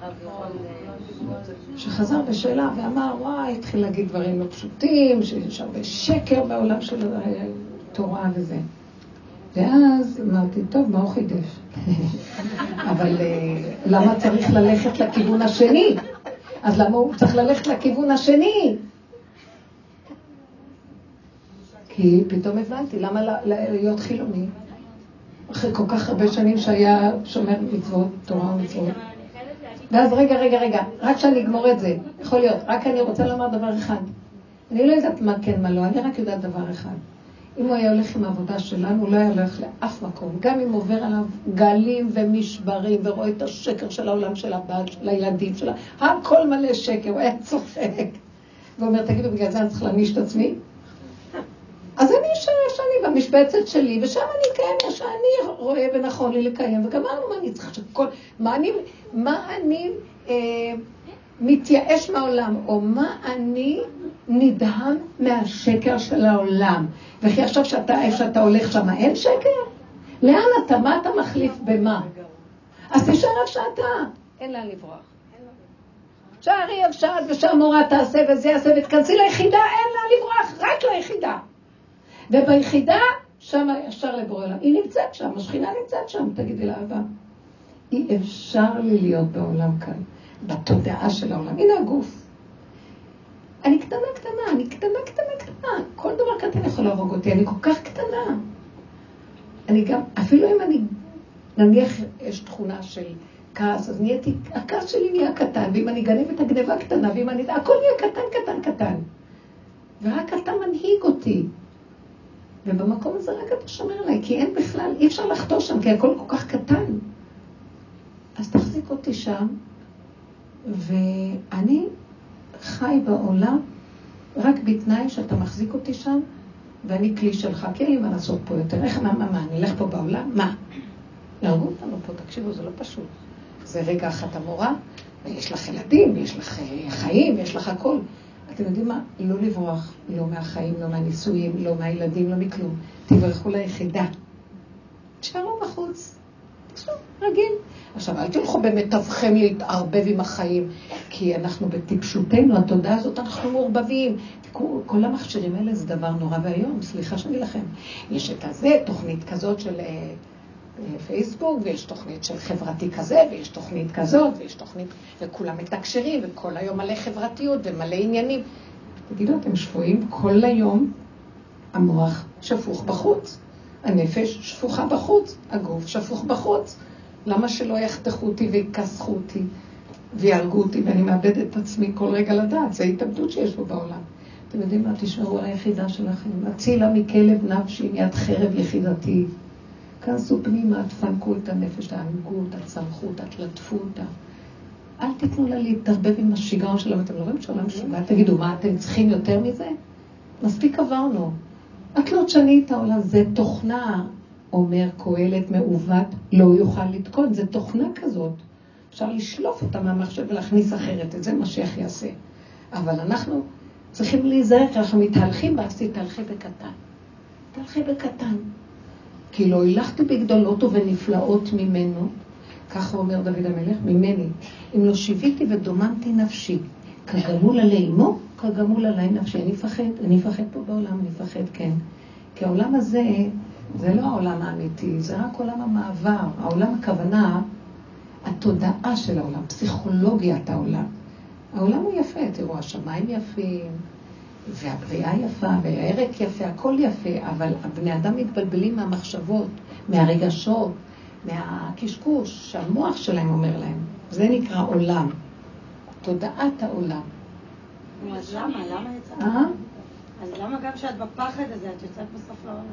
שחזר בשאלה ואמר, וואי, התחיל להגיד דברים לא פשוטים, שיש הרבה שקר בעולם של תורה וזה. ואז אמרתי, טוב, מה הוא חידש? אבל למה צריך ללכת לכיוון השני? אז למה הוא צריך ללכת לכיוון השני? כי פתאום הבנתי, למה להיות חילוני? אחרי כל כך הרבה שנים שהיה שומר מצוות, תורה ומצוות. ואז רגע, רק שאני אגמור את זה, יכול להיות, רק אני רוצה לומר דבר אחד. אני לא יודעת מה כן, מה לא, אני רק יודעת דבר אחד. אם הוא היה הולך עם העבודה שלנו, הוא לא היה הולך לאף מקום. גם אם עובר עליו גלים ומשברים, ורואה את השקר של העולם של הבת, של הילדים שלה, הכל מלא שקר, הוא היה צוחק. ואומר, תגידו, בגלל זה אני צריך להניש את עצמי? אז אני אשאר שאני במשבצת שלי, ושם אני אקיים מה שאני רואה ונכון לי לקיים, וגמרנו מה אני צריך שכל, מה אני מתייאש מהעולם, או מה אני נדהם מהשקר של העולם. וכי עכשיו שאתה הולך שם, אין שקר? לאן אתה? מה אתה מחליף במה? אז תשאר איפה שאתה. אין לאן לברוח. שערי אפשר, ושהמורה תעשה וזה יעשה, ותכנסי ליחידה, אין לאן לברוח, רק ליחידה. וביחידה, שם אפשר לבורא לה. היא נמצאת שם, השכינה נמצאת שם, תגידי לה, אבא. אי אפשר לי להיות בעולם כאן, בתודעה של העולם. הנה הגוף. אני קטנה. כל דבר קטן יכול להרוג אותי, אני כל כך קטנה. אני גם, אפילו אם אני, נניח יש תכונה של כעס, אז נהייתי, הכעס שלי נהיה קטן, ואם אני גנב את הגניבה קטנה, ואם אני, הכל נהיה קטן, קטן, קטן. ורק אתה מנהיג אותי. ובמקום הזה רק אתה שומר עליי, כי אין בכלל, אי אפשר לחתור שם, כי הכל כל כך קטן. אז תחזיק אותי שם, ואני חי בעולם, רק בתנאי שאתה מחזיק אותי שם, ואני כלי שלך, כי אין לי מה לעשות פה יותר. איך, מה, אני אלך פה בעולם? מה? ירגו אותנו פה, תקשיבו, זה לא פשוט. זה רגע אחת המורה, ויש לך ילדים, ויש לך חיים, ויש לך הכל. אתם יודעים מה? לא לברוח, לא מהחיים, לא מהנישואים, לא מהילדים, לא מכלום. תברחו ליחידה. תשארו בחוץ. תשארו, רגיל. עכשיו, אל תלכו במתווכם להתערבב עם החיים, כי אנחנו בטיפשותנו, התודעה הזאת, אנחנו מעורבבים. כל המכשירים האלה זה דבר נורא והיום, סליחה שאני לכם. יש את הזה, תוכנית כזאת של פייסבוק, ויש תוכנית של חברתי כזה, ויש תוכנית כזאת, ויש תוכנית, וכולם מתקשרים, וכל היום מלא חברתיות ומלא עניינים. תגידו, אתם שפויים כל היום, המוח שפוך בחוץ, הנפש שפוכה בחוץ, הגוף שפוך בחוץ. למה שלא יחתכו אותי ויקסחו אותי ויהרגו אותי, ואני מאבדת את עצמי כל רגע לדעת? זה התאבדות שיש פה בעולם. אתם יודעים מה? תשמרו על היחידה שלכם. הצילה מכלב נפשי מיד חרב יחידתי. כנסו פנימה, תפנקו את הנפש, תענגו אותה, תצמחו אותה, תלטפו אותה. אל תיתנו לה להתערבב עם השיגעון שלהם. אתם לא רואים שעולם שיגע? תגידו, מה, אתם צריכים יותר מזה? מספיק עברנו. את לא תשני את העולם, זה תוכנה, אומר קהלת מעוות, לא יוכל לתקון, זה תוכנה כזאת. אפשר לשלוף אותה מהמחשב ולהכניס אחרת, את זה משיח יעשה. אבל אנחנו צריכים להיזהר, אנחנו מתהלכים, ואז תתהלכי בקטן. תתהלכי בקטן. כי לא הילכתי בגדולות ובנפלאות ממנו, ככה אומר דוד המלך, ממני. אם לא שיוויתי ודוממתי נפשי, כגמול עלי אמו, כגמול עלי נפשי. אני אפחד פה בעולם, אני אפחד, כן. כי העולם הזה, זה לא העולם האמיתי, זה רק עולם המעבר. העולם הכוונה, התודעה של העולם, פסיכולוגיית העולם. העולם הוא יפה, תראו, השמיים יפים, והבריאה יפה, והערק יפה, הכל יפה, אבל הבני אדם מתבלבלים מהמחשבות, מהרגשות, מהקשקוש, שהמוח שלהם אומר להם. זה נקרא עולם, תודעת העולם. אז למה יצאת? אז למה גם שאת בפחד הזה, את יוצאת בסוף לעולם?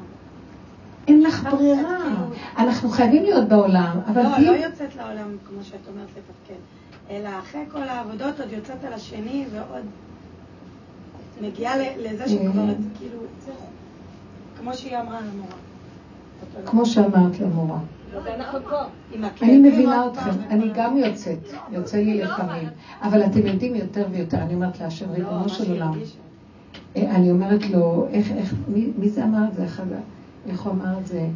אין לך ברירה. אנחנו חייבים להיות בעולם, אבל לא יוצאת לעולם, כמו שאת אומרת לתפקד, אלא אחרי כל העבודות עוד יוצאת על השני ועוד מגיעה לזה שכבר כאילו, כמו שהיא אמרה למורה. כמו שאמרת למורה. אנחנו פה. אני מבינה אתכם, אני גם יוצא לי לפעמים, אבל אתם יודעים יותר ויותר, אני אומרת להשם ריבונו של עולם. אני אומרת לו, מי זה אמר את זה? איך הוא אמר את זה?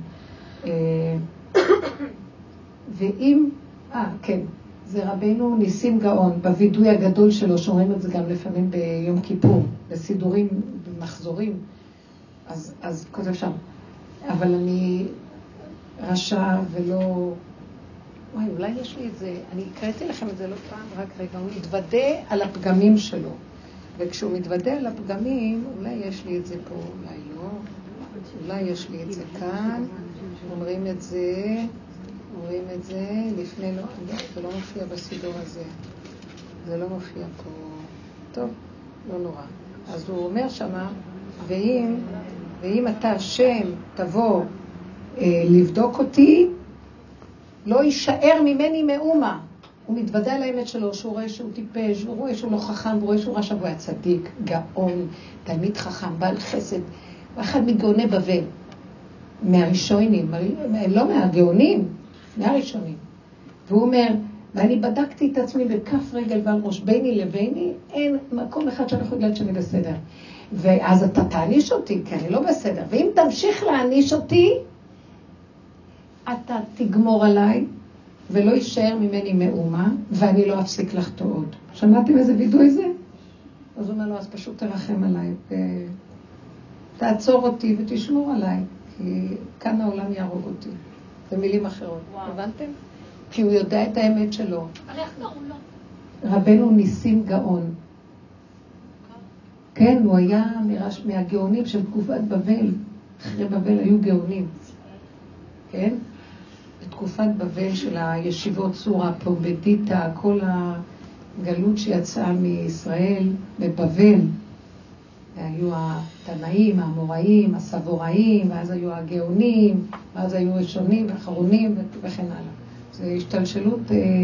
ואם, כן, זה רבינו ניסים גאון, בווידוי הגדול שלו, שאומרים את זה גם לפעמים ביום כיפור, בסידורים, במחזורים, אז כותב שם, אבל אני רשע ולא, וואי, אולי יש לי את זה, אני הקראתי לכם את זה לא פעם, רק רגע, הוא מתוודה על הפגמים שלו, וכשהוא מתוודה על הפגמים, אולי יש לי את זה פה, אולי לא, אולי יש לי את זה כאן, אומרים את זה לפני, לא, זה לא מופיע בסידור הזה, זה לא מופיע פה, טוב, לא נורא. אז הוא אומר שמה, ואם אתה השם תבוא לבדוק אותי, לא יישאר ממני מאומה. הוא מתוודע על האמת שלו, שהוא רואה שהוא טיפש, הוא רואה שהוא לא חכם, הוא רואה שהוא רשע, והוא היה צדיק, גאון, תלמיד חכם, בעל חסד, ואחד מגאוני בבל, מהראשונים, לא מהגאונים, מהראשונים. והוא אומר, ואני בדקתי את עצמי בכף רגל ועל ראש, ביני לביני, אין מקום אחד שאני חושבת שאני בסדר. ואז אתה תעניש אותי, כי אני לא בסדר. ואם תמשיך להעניש אותי, אתה תגמור עליי, ולא יישאר ממני מאומה, ואני לא אפסיק לחטוא עוד. שמעתם איזה וידוי זה? אז הוא אומר לו, אז פשוט תרחם עליי, ותעצור אותי ותשמור עליי, כי כאן העולם יהרוג אותי. במילים אחרות. הבנתם? כי הוא יודע את האמת שלו. רבנו ניסים גאון. כן, הוא היה מהגאונים של תקופת בבל. אחרי בבל היו גאונים. כן? בתקופת בבל של הישיבות סורה, פומבדיטה, כל הגלות שיצאה מישראל בבבל, היו התנאים, האמוראים, הסבוראים, ואז היו הגאונים, ואז היו ראשונים ואחרונים וכן הלאה. זה השתלשלות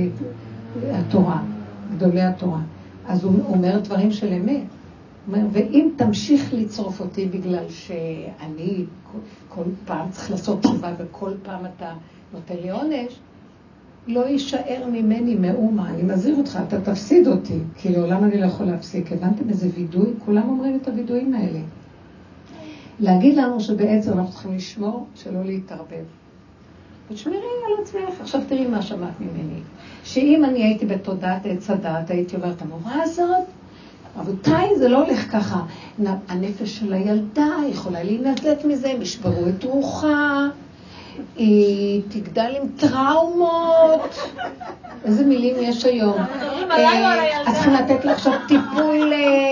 התורה, גדולי התורה. אז הוא אומר דברים של אמת. ואם תמשיך לצרוף אותי בגלל שאני כל פעם צריך לעשות תשובה וכל פעם אתה נותן לי עונש, לא יישאר ממני מאומה. אני מזהיר אותך, אתה תפסיד אותי, כי לעולם אני לא יכול להפסיק. הבנתם איזה וידוי? כולם אומרים את הוידויים האלה. להגיד לנו שבעצם אנחנו צריכים לשמור שלא להתערבב. ותשמרי על עצמך. עכשיו תראי מה שמעת ממני. שאם אני הייתי בתודעת עץ הדעת, הייתי אומרת, המורה הזאת, רבותיי, זה לא הולך ככה. הנפש של הילדה יכולה להינזק מזה, הם ישברו את רוחה, היא תגדל עם טראומות. איזה מילים יש היום? צריכים לתת לה עכשיו טיפול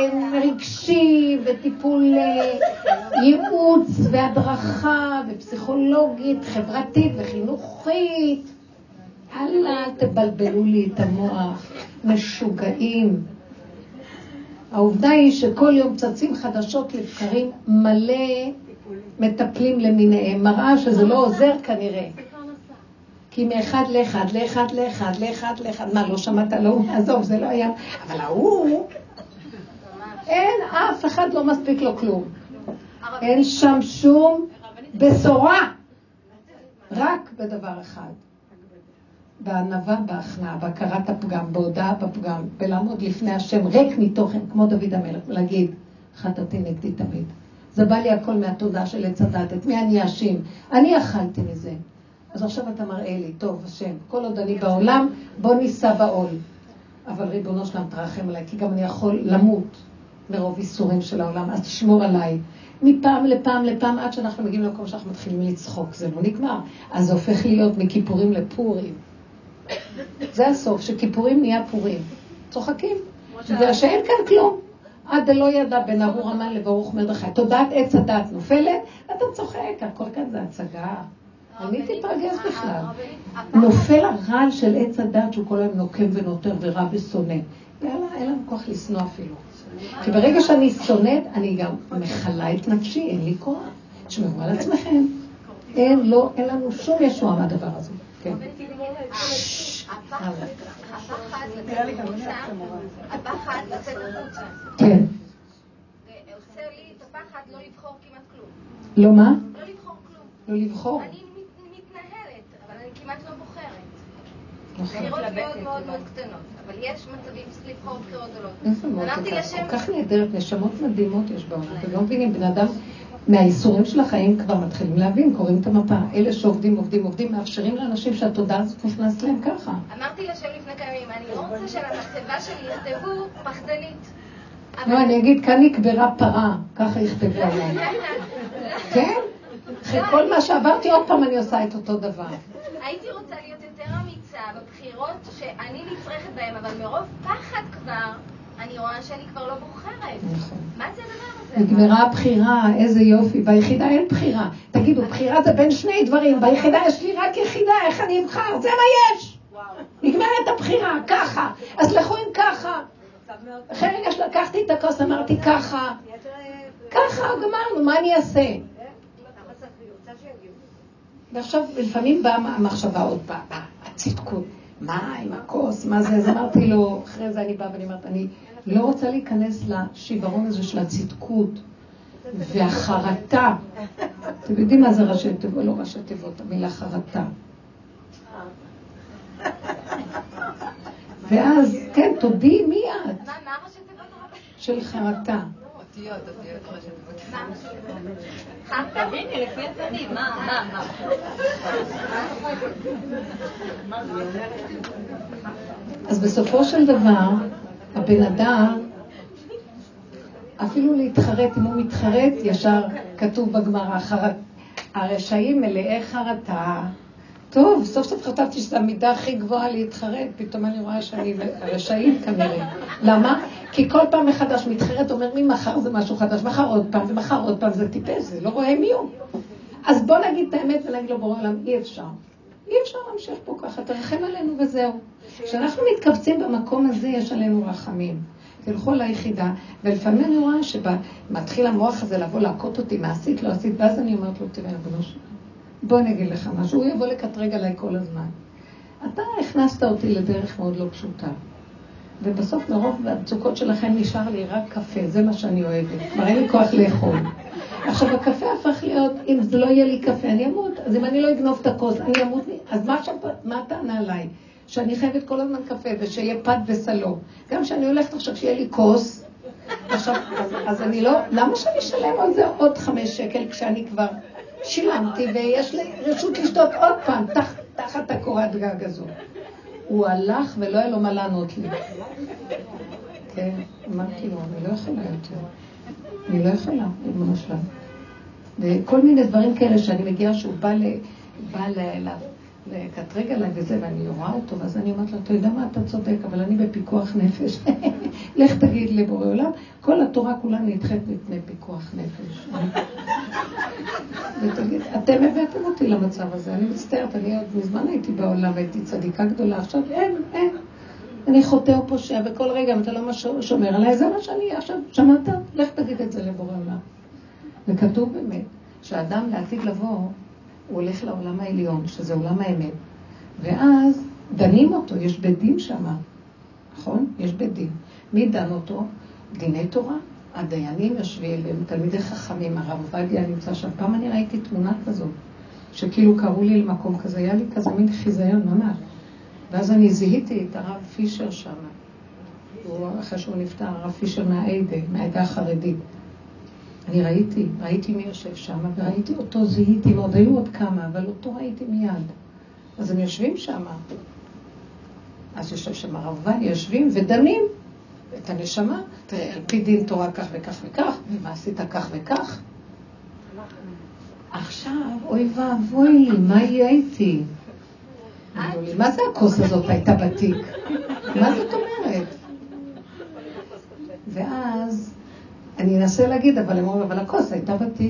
רגשי וטיפול ייעוץ והדרכה ופסיכולוגית, חברתית וחינוכית. אל תבלבלו לי את המוח, משוגעים. העובדה היא שכל יום צצים חדשות לבקרים מלא מטפלים למיניהם, מראה שזה לא עוזר כנראה. כי מאחד לאחד, לאחד לאחד, לאחד לאחד, מה, לא שמעת על ההוא? עזוב, זה לא היה. אבל ההוא, אין, אף אחד לא מספיק לו כלום. אין שם שום בשורה. רק בדבר אחד. בענווה, בהכנעה, בהכרת הפגם, בהודעה בפגם, בלעמוד לפני השם ריק מתוכן, כמו דוד המלך, ולהגיד, חטאתי נגדי תמיד. זה בא לי הכל מהתודעה של עץ הדת, את מי אני אשים? אני אכלתי מזה. אז עכשיו אתה מראה לי, טוב, השם, כל עוד אני בעולם, בוא ניסע בעול. אבל ריבונו שלם תרחם עליי, כי גם אני יכול למות מרוב איסורים של העולם, אז תשמור עליי. מפעם לפעם לפעם, עד שאנחנו מגיעים למקום שאנחנו מתחילים לצחוק, זה לא נגמר. אז זה הופך להיות מכיפורים לפורים. זה הסוף, שכיפורים נהיה פורים. צוחקים. בגלל שאין כאן כלום. עד לא ידע בין ארור המן לברוך מרדכי. תודעת עץ הדעת נופלת, אתה צוחק, הכל כאן זה הצגה. אני תתרגז בכלל. נופל הרעל של עץ הדעת שהוא כל היום נוקם ונותר ורע ושונא. יאללה, אין לנו כוח לשנוא אפילו. כי ברגע שאני שונאת, אני גם מחלה את נפשי, אין לי כוח. תשמעו על עצמכם. אין לנו שום ישועה מהדבר הזה. כן. הפחד לצאת החוצה. כן. עושה לי את הפחד לא לבחור כמעט כלום. לא מה? לא לבחור כלום. לא לבחור? אני מתנהלת, אבל אני כמעט לא בוחרת. נכון. בחירות מאוד מאוד מאוד קטנות, אבל יש מצבים צריך לבחור בחירות גדולות. איזה מאוד כל כך נהדרת, נשמות מדהימות יש בעולם. אתם לא מבינים, בן אדם מהאיסורים של החיים כבר מתחילים להבין, קוראים את המפה. אלה שעובדים, מאפשרים לאנשים שהתודעה הזאת נכנסת להם ככה. אמרתי לשם לפני כמה ימים, אני לא רוצה שלמצבה שלי יכתבו פחדנית. לא, אני אגיד, כאן נקברה פרה, ככה יכתבו עליהם. כן? אחרי כל מה שעברתי, עוד פעם אני עושה את אותו דבר. הייתי רוצה להיות יותר אמיצה בבחירות שאני נצרכת בהן, אבל מרוב פחד כבר, אני רואה שאני כבר לא בוחרת. נכון. מה זה הדבר הזה? נגמרה הבחירה, איזה יופי. ביחידה אין בחירה. תגידו, בחירה זה בין שני דברים. ביחידה יש לי רק יחידה, איך אני אבחר? זה מה יש. נגמרת הבחירה, ככה. אז לכו עם ככה. אחרי רגע שלקחתי את הכוס, אמרתי ככה. ככה, גמרנו, מה אני אעשה? ועכשיו, לפעמים באה המחשבה עוד באה, הצדקות. מה עם הכוס, מה זה? אז אמרתי לו, אחרי זה אני באה ואני אומרת, אני לא רוצה להיכנס לשיוורון הזה של הצדקות והחרטה. אתם יודעים מה זה ראשי תיבות? לא ראשי תיבות, המילה חרטה. ואז, כן, תודי מי את? מה ראשי תיבות הרבה? של חרטה. אותיות ראשי תיבות. מה ראשי תיבות? תביני, לפי הצדים, מה? אז בסופו של דבר, הבן אדם, אפילו להתחרט, אם הוא מתחרט, ישר כתוב בגמרא, הרשעים מלאי חרטה. טוב, סוף סוף חשבתי שזו המידה הכי גבוהה להתחרט, פתאום אני רואה שאני רשעים כנראה. למה? כי כל פעם מחדש מתחרט, אומר ממחר זה משהו חדש, מחר עוד פעם ומחר עוד פעם, זה טיפש, זה לא רואה מי הוא. אז בוא נגיד את האמת ונגיד לו בורא עולם, אי אפשר. אי אפשר להמשיך פה ככה, תרחם עלינו וזהו. כשאנחנו מתכווצים במקום הזה, יש עלינו רחמים. תלכו ליחידה, ולפעמים אני רואה שמתחיל המוח הזה לבוא להכות אותי, מה עשית, לא עשית, ואז אני אומרת לו, תראה, בוא נגיד לך משהו, הוא יבוא לקטרג עליי כל הזמן. אתה הכנסת אותי לדרך מאוד לא פשוטה. ובסוף מרוב המצוקות שלכם נשאר לי רק קפה, זה מה שאני אוהבת. כבר אין לי כוח לאכול. עכשיו הקפה הפך להיות, אם זה לא יהיה לי קפה אני אמות, אז אם אני לא אגנוב את הכוס אני אמות. אז מה טענה עליי? שאני חייבת כל הזמן קפה ושיהיה פד וסלו. גם שאני הולכת עכשיו שיהיה לי כוס, עכשיו, אז אני לא, למה שאני אשלם על זה עוד 5 שקל כשאני כבר שילמתי ויש לי רשות לשתות עוד פעם תחת הקורת גג הזו. הוא הלך ולא היה לו מה לענות לי. כן, אמרתי לו, אני לא יכולה יותר. אני לא יכולה, ממש לא. וכל מיני דברים כאלה שאני מגיעה שהוא בא לקטרג עליי וזה, ואני רואה אותו, ואז אני אומרת לו, אתה יודע מה, אתה צודק, אבל אני בפיקוח נפש. לך תגיד לבורא עולם, כל התורה כולה נדחית מפני פיקוח נפש. ותגיד, אתם הבאתם אותי למצב הזה, אני מצטערת, אני עוד מזמן הייתי בעולם, והייתי צדיקה גדולה, עכשיו אין. אני חוטא או פושע, וכל רגע, אם אתה לא שומר עליי, זה מה שאני, עכשיו, שמעת? לך תגיד את זה לבורא עולם. וכתוב באמת, שהאדם לעתיד לבוא, הוא הולך לעולם העליון, שזה עולם האמת, ואז דנים אותו, יש בית דין שם, נכון? יש בית דין. מי דן אותו? דיני תורה. הדיינים יושבים, והם תלמידי חכמים, הרב עובדיה נמצא שם. פעם אני ראיתי תמונה כזאת, שכאילו קראו לי למקום כזה, היה לי כזה מין חיזיון ממש. ואז אני זיהיתי את הרב פישר שם. אחרי שהוא נפטר, הרב פישר מהעדה החרדית. אני ראיתי מי יושב שם, וראיתי אותו, זיהיתי, ועוד היו עוד כמה, אבל אותו ראיתי מיד. אז הם יושבים שם. אז יושב שם הרב עובדיה, יושבים ודנים את הנשמה. תראה, על פי דין תורה כך וכך וכך, ומה עשית כך וכך. עכשיו, אוי ואבוי לי, מה יהיה איתי? מה זה הכוס הזאת הייתה בתיק? מה זאת אומרת? ואז אני אנסה להגיד, אבל הכוס הייתה בתיק.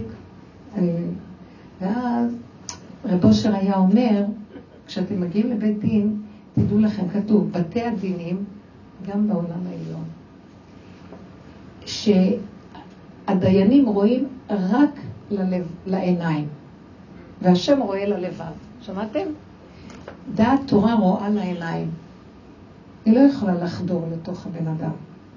ואז רב אושר היה אומר, כשאתם מגיעים לבית דין, תדעו לכם, כתוב, בתי הדינים, גם בעולם העליון, שהדיינים רואים רק לעיניים, והשם רואה ללבב. שמעתם? דעת תורה רואה לעיניים. היא לא יכולה לחדור לתוך הבן אדם.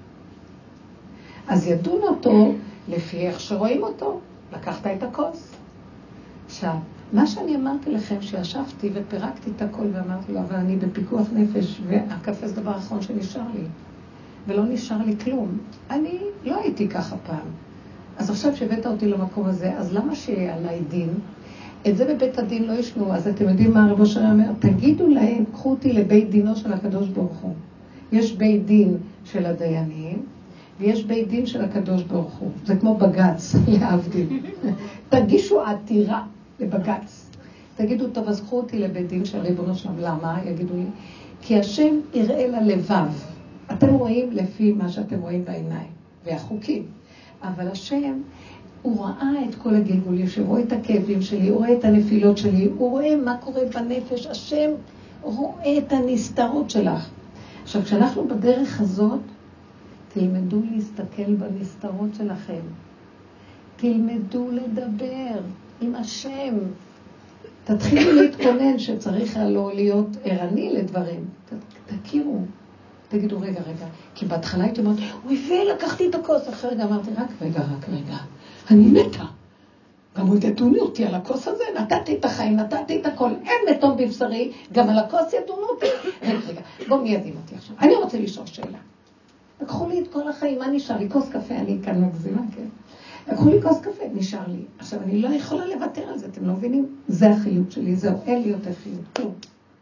אז ידון אותו לפי איך שרואים אותו. לקחת את הכוס. עכשיו, מה שאני אמרתי לכם, שישבתי ופירקתי את הכל ואמרתי לו, אבל אני בפיקוח נפש, והקפה זה דבר האחרון שנשאר לי. ולא נשאר לי כלום. אני לא הייתי ככה פעם. אז עכשיו שהבאת אותי למקום הזה, אז למה שיהיה עליי דין? את זה בבית הדין לא ישנו. אז אתם יודעים מה הרב אושר אומר? תגידו להם, קחו אותי לבית דינו של הקדוש ברוך הוא. יש בית דין של הדיינים, ויש בית דין של הקדוש ברוך הוא. זה כמו בגץ, להבדיל. תגישו עתירה לבגץ. תגידו, טוב, אז קחו אותי לבית דין של ריבונו שלם. למה? יגידו לי. כי השם יראה ללבב. אתם רואים לפי מה שאתם רואים בעיניים, והחוקים. אבל השם, הוא ראה את כל הגלגולים, שהוא רואה את הכאבים שלי, הוא רואה את הנפילות שלי, הוא רואה מה קורה בנפש. השם רואה את הנסתרות שלך. עכשיו, כשאנחנו בדרך הזאת, תלמדו להסתכל בנסתרות שלכם. תלמדו לדבר עם השם. תתחילו להתכונן שצריך לא להיות ערני לדברים. תכירו. תגידו, רגע. כי בהתחלה הייתי אומרת, אוי, לקחתי את הכוס. אחרי רגע אמרתי, רק רגע. אני מתה. גם הוא ידעו אותי על הכוס הזה, נתתי את החיים, נתתי את הכל. אין מתום בבשרי, גם על הכוס ידעו אותי. רגע, בוא מי ידעים אותי עכשיו. אני רוצה לשאול שאלה. לקחו לי את כל החיים, מה נשאר לי? כוס קפה, אני כאן מגזימה, כן? לקחו לי כוס קפה, נשאר לי. עכשיו, אני לא יכולה לוותר על זה, אתם לא מבינים? זה החיות שלי, זהו, אין לי יותר חיות, כלום.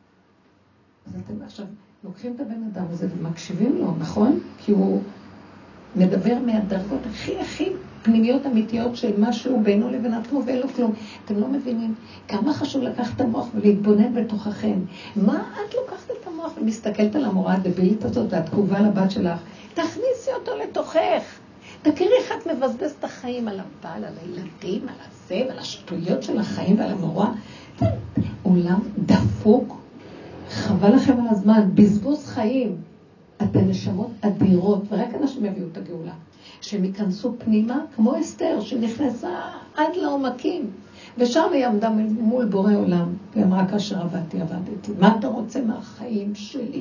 אז אתם עכשיו לוקחים את הבן אדם הזה ומקשיבים לו, נכון? כי הוא מדבר מהדרגות הכי פנימיות אמיתיות של משהו בינו לבין עצמו ואין לו כלום. אתם לא מבינים כמה חשוב לקחת את המוח ולהתבונן בתוככם. מה את לוקחת את המוח ומסתכלת על המורה הדבילית הזאת, התגובה לבת שלך? תכניסי אותו לתוכך. תכירי איך את מבזבז את החיים על הבעל, על הילדים, על הזה, ועל השטויות של החיים ועל המורא. עולם דפוק, חבל לכם על הזמן, בזבוז חיים. אתן נשמות אדירות, ורק אנשים יביאו את הגאולה. שהם ייכנסו פנימה, כמו אסתר, שנכנסה עד לעומקים. ושם היא עמדה מול בורא עולם, והיא אמרה, כאשר עבדתי. מה אתה רוצה מהחיים שלי?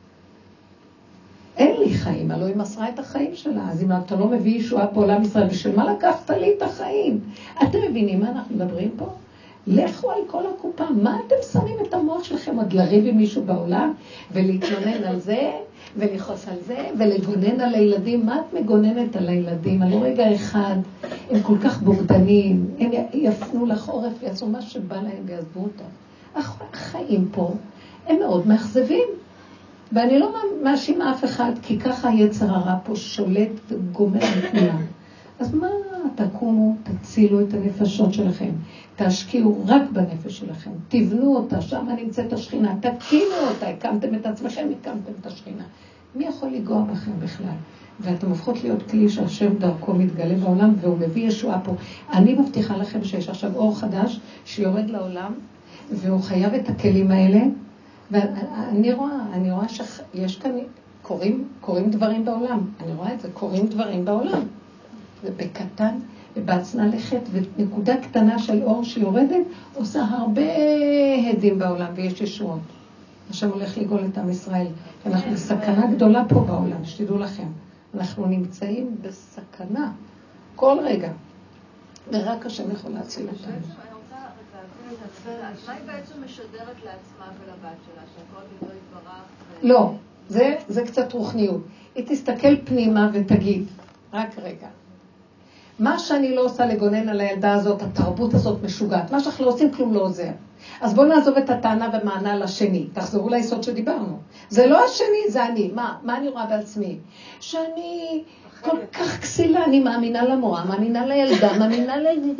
אין לי חיים, הלוא היא מסרה את החיים שלה. אז אם אתה לא מביא ישועה פה לעם ישראל, בשביל מה לקחת לי את החיים? אתם מבינים מה אנחנו מדברים פה? לכו על כל הקופה. מה אתם שמים את המוח שלכם עוד לריב עם מישהו בעולם, ולהתלונן על זה, ולחוס על זה, ולגונן על הילדים? מה את מגוננת על הילדים? על רגע אחד, הם כל כך בוגדנים, הם יפנו לך עורף ויעשו מה שבא להם ויעזבו אותם. החיים פה הם מאוד מאכזבים. ואני לא מאשימה אף אחד, כי ככה היצר הרע פה שולט וגומר מכולם. אז מה, תקומו, תצילו את הנפשות שלכם, תשקיעו רק בנפש שלכם, תבנו אותה, שם נמצאת השכינה, תקימו אותה, הקמתם את עצמכם, הקמתם את השכינה. מי יכול לגוע בכם בכלל? ואתם הופכות להיות כלי שהשם דרכו מתגלה בעולם, והוא מביא ישועה פה. אני מבטיחה לכם שיש עכשיו אור חדש שיורד לעולם, והוא חייב את הכלים האלה, ואני רואה שיש כאן, קורים דברים בעולם. אני רואה את זה, קורים דברים בעולם. ובקטן, ובעצנה לכת, ונקודה קטנה של אור שיורדת, עושה הרבה הדים בעולם, ויש ישועות. השם הולך לגאול את עם ישראל. אנחנו בסכנה גדולה פה בעולם, שתדעו לכם. אנחנו נמצאים בסכנה כל רגע. ורק השם יכול להציל אותנו. אני רוצה להבין את הספירה. מה היא בעצם משדרת לעצמה ולבת שלה? שהכל בדברי יתברך? לא, זה קצת רוחניות. היא תסתכל פנימה ותגיד, רק רגע. מה שאני לא עושה לגונן על הילדה הזאת, התרבות הזאת משוגעת. מה שאנחנו לא עושים כלום לא עוזר. אז בואו נעזוב את הטענה ומענה לשני. תחזרו ליסוד שדיברנו. זה לא השני, זה אני. מה אני רואה בעצמי? שאני כל כך כסילה, אני מאמינה למורה, מאמינה לילדה, מאמינה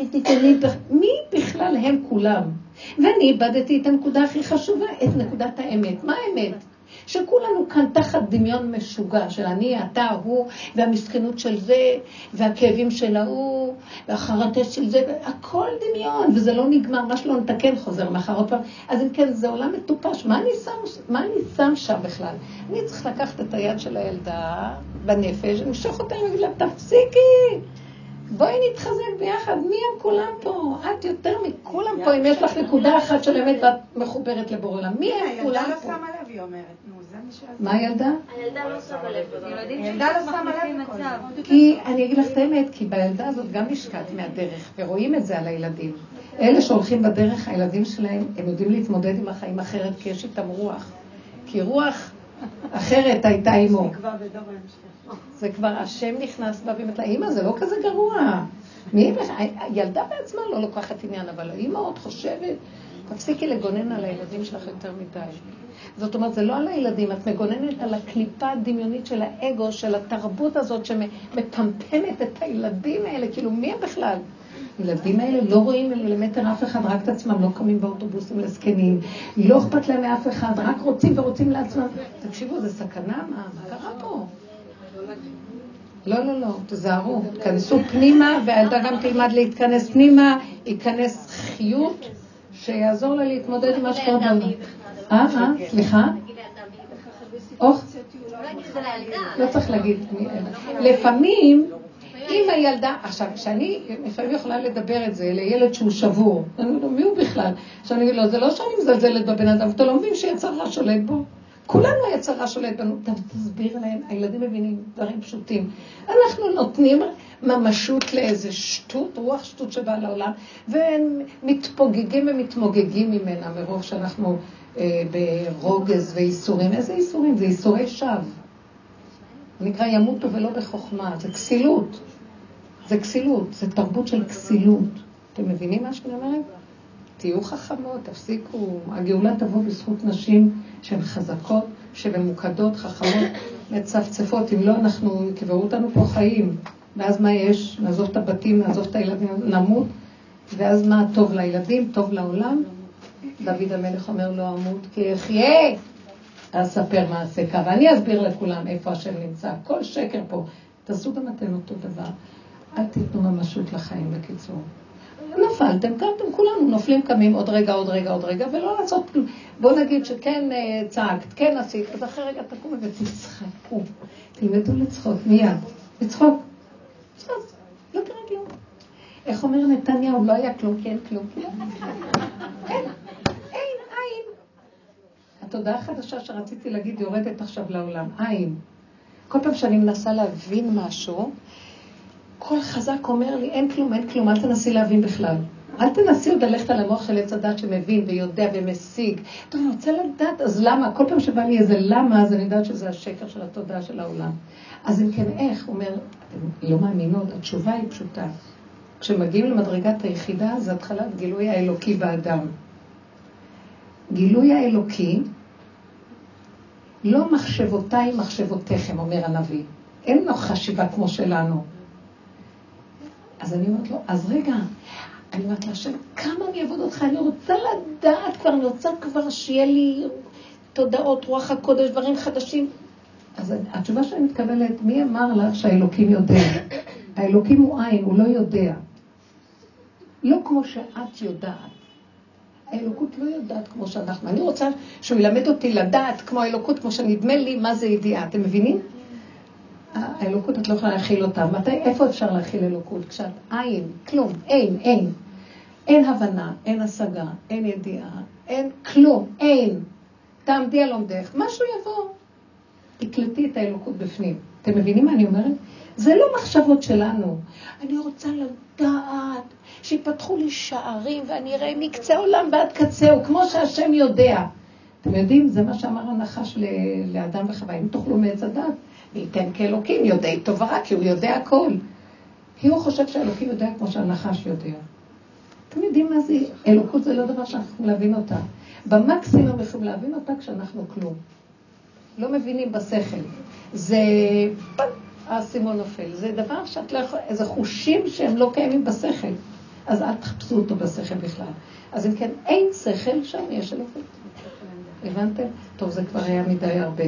מי בכלל הם כולם? ואני איבדתי את הנקודה הכי חשובה, את נקודת האמת. מה האמת? שכולנו כאן תחת דמיון משוגע של אני, אתה, הוא, והמסכנות של זה, והכאבים של ההוא, והחרטה של זה, הכל דמיון, וזה לא נגמר, מה שלא נתקן חוזר מאחר עוד פעם. אז אם כן, זה עולם מטופש, מה אני שם שם בכלל? אני צריך לקחת את היד של הילדה בנפש, נמשוך אותה, אני אגיד לה, תפסיקי! בואי נתחזק ביחד, מי הם כולם פה? את יותר מכולם פה, אם יש לך נקודה אחת של אמת ואת מחוברת לבורא עולם. מי הם כולם פה? הילדה לא שמה לב, היא אומרת. נו, זה מה שעזר. מה הילדה? הילדה לא שמה לב. הילדה לא שמה לב בכל. כי, אני אגיד לך את האמת, כי בילדה הזאת גם נשקעת מהדרך, ורואים את זה על הילדים. אלה שהולכים בדרך, הילדים שלהם, הם יודעים להתמודד עם החיים אחרת, כי יש איתם רוח. כי רוח אחרת הייתה עמו. זה כבר השם נכנס בה ואומרת לה, אמא, זה לא כזה גרוע. הילדה בעצמה לא לוקחת עניין, אבל האמא עוד חושבת, תפסיקי לגונן על הילדים שלך יותר מדי. זאת אומרת, זה לא על הילדים, את מגוננת על הקליפה הדמיונית של האגו, של התרבות הזאת שמפמפמת את הילדים האלה, כאילו מי הם בכלל? הילדים האלה לא רואים מילימטר אף אחד, רק את עצמם, לא קמים באוטובוסים לזקנים, לא אכפת להם מאף אחד, רק רוצים ורוצים לעצמם. תקשיבו, זה סכנה, מה קרה פה? לא, תזהרו, תכנסו פנימה, והילדה גם תלמד להתכנס פנימה, ייכנס חיות, שיעזור לה להתמודד עם מה שקורה בעולם. סליחה? לא צריך להגיד, לפעמים, אם הילדה, עכשיו, כשאני לפעמים יכולה לדבר את זה לילד שהוא שבור, אני לא מי הוא בכלל? עכשיו אני אגיד לו, זה לא שאני מזלזלת בבן אדם, אתה לא מבין שיצר רע שולט בו? כולנו היצר רע שולט בנו, תסביר להם, הילדים מבינים דברים פשוטים. אנחנו נותנים ממשות לאיזה שטות, רוח שטות שבאה לעולם, והם מתפוגגים ומתמוגגים ממנה, מרוב שאנחנו ברוגז ואיסורים. איזה איסורים? זה איסורי שווא. נקרא ימותו ולא בחוכמה, זה כסילות. זה כסילות, זה תרבות של כסילות. אתם מבינים מה שאני אומרת? תהיו חכמות, תפסיקו. הגאולה תבוא בזכות נשים שהן חזקות, שממוקדות, חכמות, מצפצפות. אם לא, אנחנו יקברו אותנו פה חיים. ואז מה יש? נעזוב את הבתים, נעזוב את הילדים, נמות. ואז מה טוב לילדים, טוב לעולם? דוד המלך אומר לא אמות כי אחיה. אז ספר מעשה קו. ואני אסביר לכולם איפה השם נמצא. כל שקר פה. תעשו גם אתם אותו דבר. אל תיתנו ממשות לחיים בקיצור. נפלתם, קמתם, כולנו נופלים, קמים עוד רגע, ולא לעשות כלום. בואו נגיד שכן צעקת, כן עשית, אז אחרי רגע תקומו ותצחקו. תלמדו לצחוק, מיד. לצחוק. לא קרה כלום. איך אומר נתניהו, לא היה כלום, כי אין כלום. אין. התודעה החדשה שרציתי להגיד יורדת עכשיו לעולם, עין. כל פעם שאני מנסה להבין משהו, כל חזק אומר לי, אין כלום, אל תנסי להבין בכלל. אל תנסי עוד ללכת על המוח של עץ הדת שמבין ויודע ומשיג. טוב, אני רוצה לדעת, אז למה? כל פעם שבא לי איזה למה, אז אני יודעת שזה השקר של התודעה של העולם. אז אם כן, איך? הוא אומר, אתם לא מאמינות, התשובה היא פשוטה. כשמגיעים למדרגת היחידה, זה התחלת גילוי האלוקי באדם. גילוי האלוקי, לא מחשבותיי מחשבותיכם, אומר הנביא. אין לו חשיבה כמו שלנו. אז אני אומרת לו, אז רגע, אני אומרת להשם, כמה אני אעבוד אותך? אני רוצה לדעת כבר, אני רוצה כבר שיהיה לי תודעות, רוח הקודש, דברים חדשים. אז התשובה שאני מתקבלת, מי אמר לך שהאלוקים יודע? האלוקים הוא עין, הוא לא יודע. לא כמו שאת יודעת. האלוקות לא יודעת כמו שאנחנו. אני רוצה שהוא ילמד אותי לדעת כמו האלוקות, כמו שנדמה לי מה זה ידיעה. אתם מבינים? האלוקות את לא יכולה להכיל אותה. איפה אפשר להכיל אלוקות? כשאת עין, כלום, אין. אין הבנה, אין השגה, אין ידיעה, אין כלום, אין. תעמדי על עומדך, משהו יבוא. תקלטי את האלוקות בפנים. אתם מבינים מה אני אומרת? זה לא מחשבות שלנו. אני רוצה לדעת שיפתחו לי שערים ואני אראה מקצה עולם ועד קצהו, כמו שהשם יודע. אתם יודעים, זה מה שאמר הנחש לאדם וחווה. אם תאכלו מעץ הדת, וייתן כאלוקים, יודעי טוב ורע, כי הוא יודע הכל. כי הוא חושב שהאלוקים יודע כמו שהנחש יודע. אתם יודעים מה זה? אלוקות זה לא דבר שאנחנו יכולים להבין אותה. במקסימום יכולים להבין אותה כשאנחנו כלום. לא מבינים בשכל. זה הסימון נופל. זה דבר שאת לא יכולה, איזה חושים שהם לא קיימים בשכל. אז אל תחפשו אותו בשכל בכלל. אז אם כן, אין שכל, שם יש אלוקות. הבנתם? טוב, זה כבר היה מדי הרבה.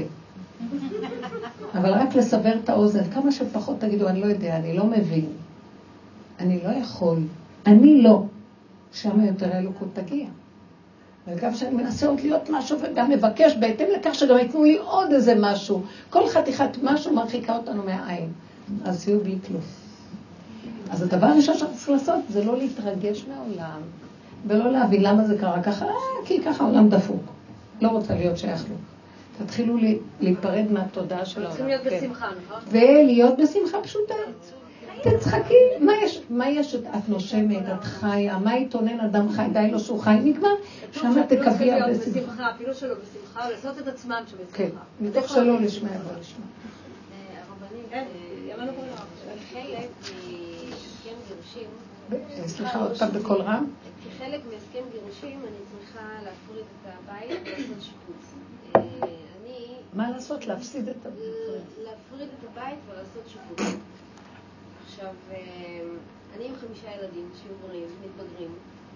אבל רק לסבר את האוזן, כמה שפחות תגידו, אני לא יודע, אני לא מבין. אני לא יכול. אני לא. שם יותר האלוקות תגיע. וגם שאני מנסה עוד להיות משהו וגם מבקש בהתאם לכך שגם יתנו לי עוד איזה משהו. כל חתיכת משהו מרחיקה אותנו מהעין. אז יהיו בלי כלום. אז הדבר הראשון שאנחנו צריכים לעשות זה לא להתרגש מהעולם ולא להבין למה זה קרה ככה, כי ככה העולם דפוק. לא רוצה להיות שייך לו. תתחילו להיפרד מהתודעה של העולם. צריכים להיות בשמחה, נכון? ולהיות בשמחה פשוטה. תצחקי, מה יש? את נושמת, את חיה, מה יתונן אדם חי, די לו שהוא חי, נגמר, שם תקבי הרבה בשמחה, אפילו שלא בשמחה, לעשות את עצמם שבשמחה. כן, מתוך שלא לשמע, אבל לשמע. הרבנים, חלק מהסכם גירושים, סליחה, עוד פעם בכל רם. כחלק מהסכם גירושים אני צריכה להפריד את הבית ולעשות שיפוץ. מה לעשות? להפסיד את הבית? להפריד את הבית ולעשות שיפוץ. עכשיו, אני עם 5 ילדים שיעורים, מתבגרים,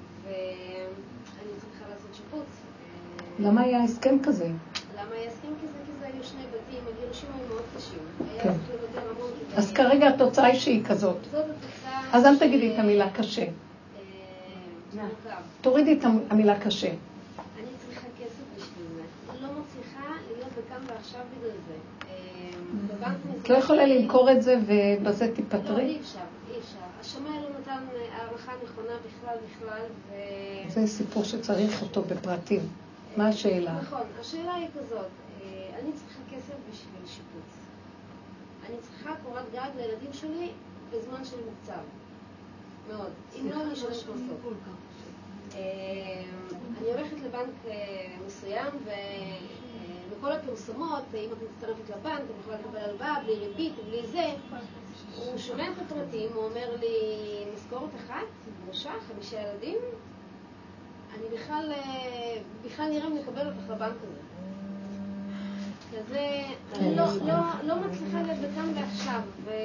ואני צריכה לעשות שיפוץ. למה היה הסכם כזה? למה היה הסכם כזה? כי זה היו 2 בתים, הגירושים היו מאוד קשים. כן. אז כרגע התוצאה היא שהיא כזאת. זאת התוצאה... אז אל תגידי את המילה קשה. תורידי את המילה קשה. אני צריכה כסף בשביל זה. לא מצליחה להיות בכאן ועכשיו בגלל זה. את לא יכולה למכור את זה ובזה תיפטרי? לא, אי אפשר. השמאי לא נתן הערכה נכונה בכלל, זה סיפור שצריך אותו בפרטים. מה השאלה? נכון, השאלה היא כזאת, אני צריכה כסף בשביל שיפוץ. אני צריכה קורת גג לילדים שלי בזמן של מוקצב. מאוד. אם לא, אני אשלם קנסות. אני הולכת לבנק מסוים ובכל הפרסומות, אם את מצטרפת לבנק, אני יכולה לקבל הלוואה בלי ריבית, בלי זה. הוא שומע את הפרטים, הוא אומר לי, משכורת אחת, גרושה, 5 ילדים, אני בכלל נראה אם נקבל אותך לבנק הזה. כזה, אני לא מצליחה להיות בכאן ועכשיו,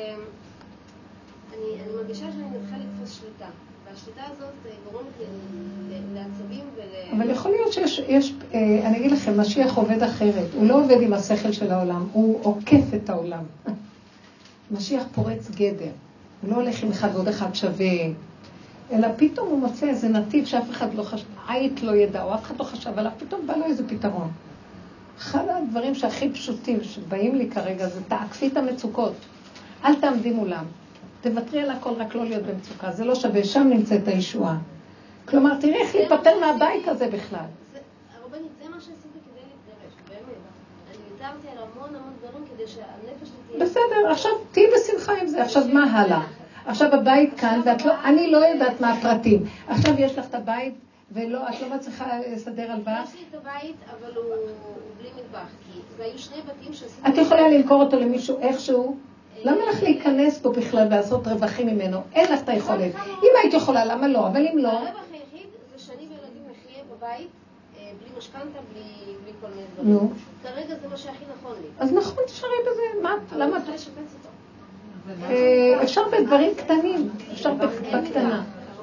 ואני מרגישה שאני מתחילה לתפוס שליטה. והשליטה הזאת גורמת לעצבים אבל יכול להיות שיש, אני אגיד לכם, משיח עובד אחרת. הוא לא עובד עם השכל של העולם, הוא עוקף את העולם. משיח פורץ גדר. הוא לא הולך עם אחד ועוד אחד שווה, אלא פתאום הוא מוצא איזה נתיב שאף אחד לא חשב, עית לא ידע, או אף אחד לא חשב עליו, פתאום בא לו איזה פתרון. אחד הדברים שהכי פשוטים שבאים לי כרגע זה תעקפי את המצוקות. אל תעמדי מולם. תוותרי על הכל, רק לא להיות במצוקה. זה לא שווה, שם נמצאת הישועה. כלומר, תראי איך להיפטר מהבית הזה בכלל. הרבנית, זה מה שעשיתי כדי להתגרש, באמת. אני ויתרתי על המון דברים כדי שהנפש תהיה... בסדר, עכשיו תהיי בשמחה עם זה. עכשיו מה הלאה? עכשיו הבית כאן, אני לא יודעת מה הפרטים. עכשיו יש לך את הבית, ואת לא מצליחה לסדר על בית. יש לי את הבית, אבל הוא בלי מטבח, כי זה היו שני בתים שעשיתי... את יכולה למכור אותו למישהו איכשהו? למה לך להיכנס בו בכלל ולעשות רווחים ממנו? אין לך את היכולת. אם היית יכולה, למה לא? אבל אם לא... הרווח היחיד זה שאני וילדים נחיה בבית, בלי משכנתה, בלי כל מיני דברים. נו. כרגע זה מה שהכי נכון לי. אז נכון, תשארי בזה. מה? למה? אני רוצה לשפץ אותו. אפשר בדברים קטנים. אפשר בקטנה.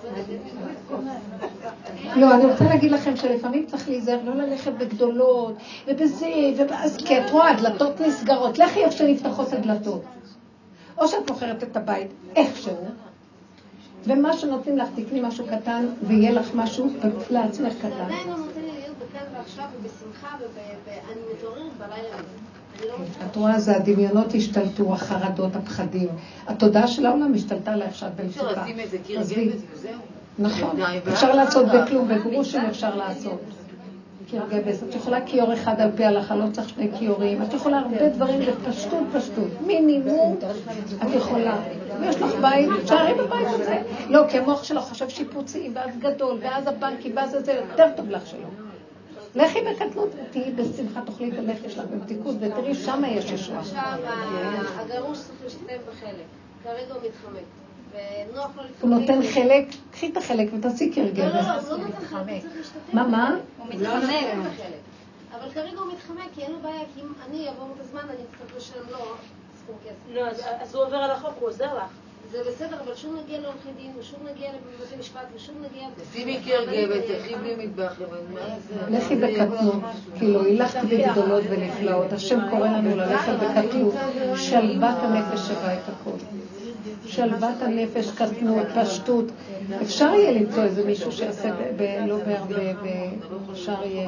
לא, אני רוצה להגיד לכם שלפעמים צריך להיזהר, לא ללכת בגדולות, ובזה, ואז, כי את רואה, הדלתות נסגרות. לכי איפה שנפתחות הדלתות. או שאת מוכרת את הבית איכשהו, ומה שנותנים לך, תקני משהו קטן, ויהיה לך משהו לעצמך קטן. עדיין לא נותן לי להיות בכאן ועכשיו, ובשמחה, ואני מתעוררת בלילה. את רואה, זה הדמיונות השתלטו, החרדות, הפחדים. התודעה של העולם השתלטה לה עכשיו במצוקה. אפשר לשים איזה קיר גבס וזהו. נכון, אפשר לעשות בכלום, בגרושים אפשר לעשות. קיר גבס, את יכולה קיור אחד על פי הלכה, לא צריך שני קיורים, את יכולה הרבה דברים בפשטות, מינימום, את יכולה. ויש לך בית, שערי בבית הזה. לא, כי המוח שלך חושב שיפוצים, ואז גדול, ואז הבנקים, ואז זה יותר טוב לך שלו. לכי בקטנות, תהיי בשמחה, תאכלי את הלחם שלך במתיקות, ותראי שמה יש ישועה. עכשיו, הגרוש צריך להשתתף בחלק. כרגע הוא מתחמק. ונוח לו הוא נותן חלק, קחי את החלק ותעשי קיר גבס. לא, הוא לא נותן חלק, הוא צריך להשתתף. מה? הוא מתחמק בחלק. אבל כרגע הוא מתחמק, כי אין לו בעיה, כי אם אני אעבור את הזמן, אני צריך לשלם לו סכום כסף. לא, אז הוא עובר על החוק, הוא עוזר לך. זה בסדר, אבל שום נגיע לעורכי דין, ושום נגיע לבתי משפט, ושום נגיע... שימי קיר גבס, תחי בלי מטבח. לכי בקטנות, כאילו, הילכת בגדולות ונפלאות. השם קורא לנו ללכת בקטנות. שלוות הנפש שווה את הכל. שלוות הנפש, קטנות, פשטות. אפשר יהיה למצוא איזה מישהו שיעשה לא בהרבה, אפשר יהיה...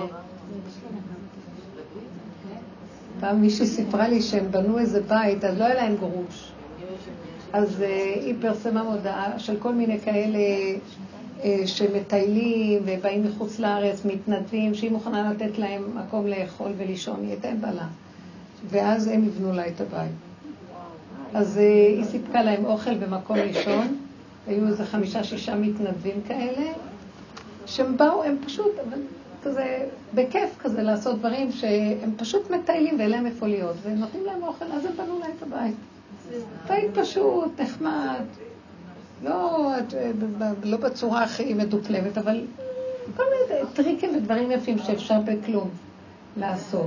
פעם מישהי סיפרה לי שהם בנו איזה בית, אז לא היה להם גרוש. אז היא פרסמה מודעה של כל מיני כאלה שמטיילים ובאים מחוץ לארץ, מתנדבים, שהיא מוכנה לתת להם מקום לאכול ולישון, היא הייתה בעלה. ואז הם יבנו לה את הבית. אז היא סיפקה להם אוכל ומקום לישון, היו איזה 5-6 מתנדבים כאלה, שהם באו, הם פשוט, כזה, בכיף כזה לעשות דברים שהם פשוט מטיילים ואין להם איפה להיות, ונותנים להם אוכל, אז הם בנו לה את הבית. בית פשוט, נחמד, לא בצורה הכי מדופלמת, אבל כל מיני טריקים ודברים יפים שאפשר בכלום לעשות.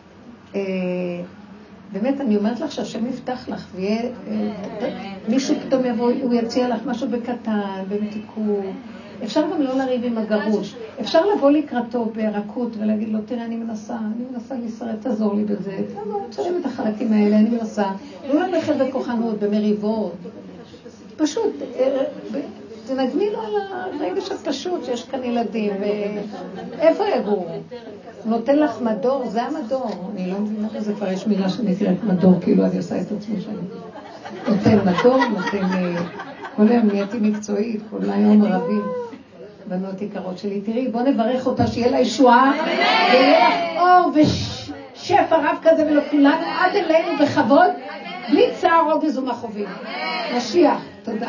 באמת, אני אומרת לך שהשם יפתח לך, ויהיה מישהו פתאום יבוא, הוא יציע לך משהו בקטן, במתיקות. אפשר גם לא לריב עם הגרוש. אפשר לבוא לקראתו ברכות ולהגיד לו, תראה, אני מנסה להישרד, תעזור לי בזה. תשלם את החלקים האלה, אני מנסה. לא ללכת בכוחנות, במריבות. פשוט, תנגני לו על הרגש הפשוט שיש כאן ילדים. איפה יגור? נותן לך מדור, זה המדור. אני לא מבינה איזה כבר יש מילה שנקראת מדור, כאילו אני עושה את עצמי שאני. נותן מדור, נותן... כל היום נהייתי מקצועית, כל היום רבים. בנות יקרות שלי, תראי, בוא נברך אותה שיהיה לה ישועה, ויהיה לך אור ושפע רב כזה ולכולנו עד אלינו בכבוד, בלי צער או בזום החובים. משיח, תודה.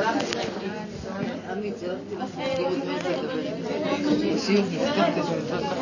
אני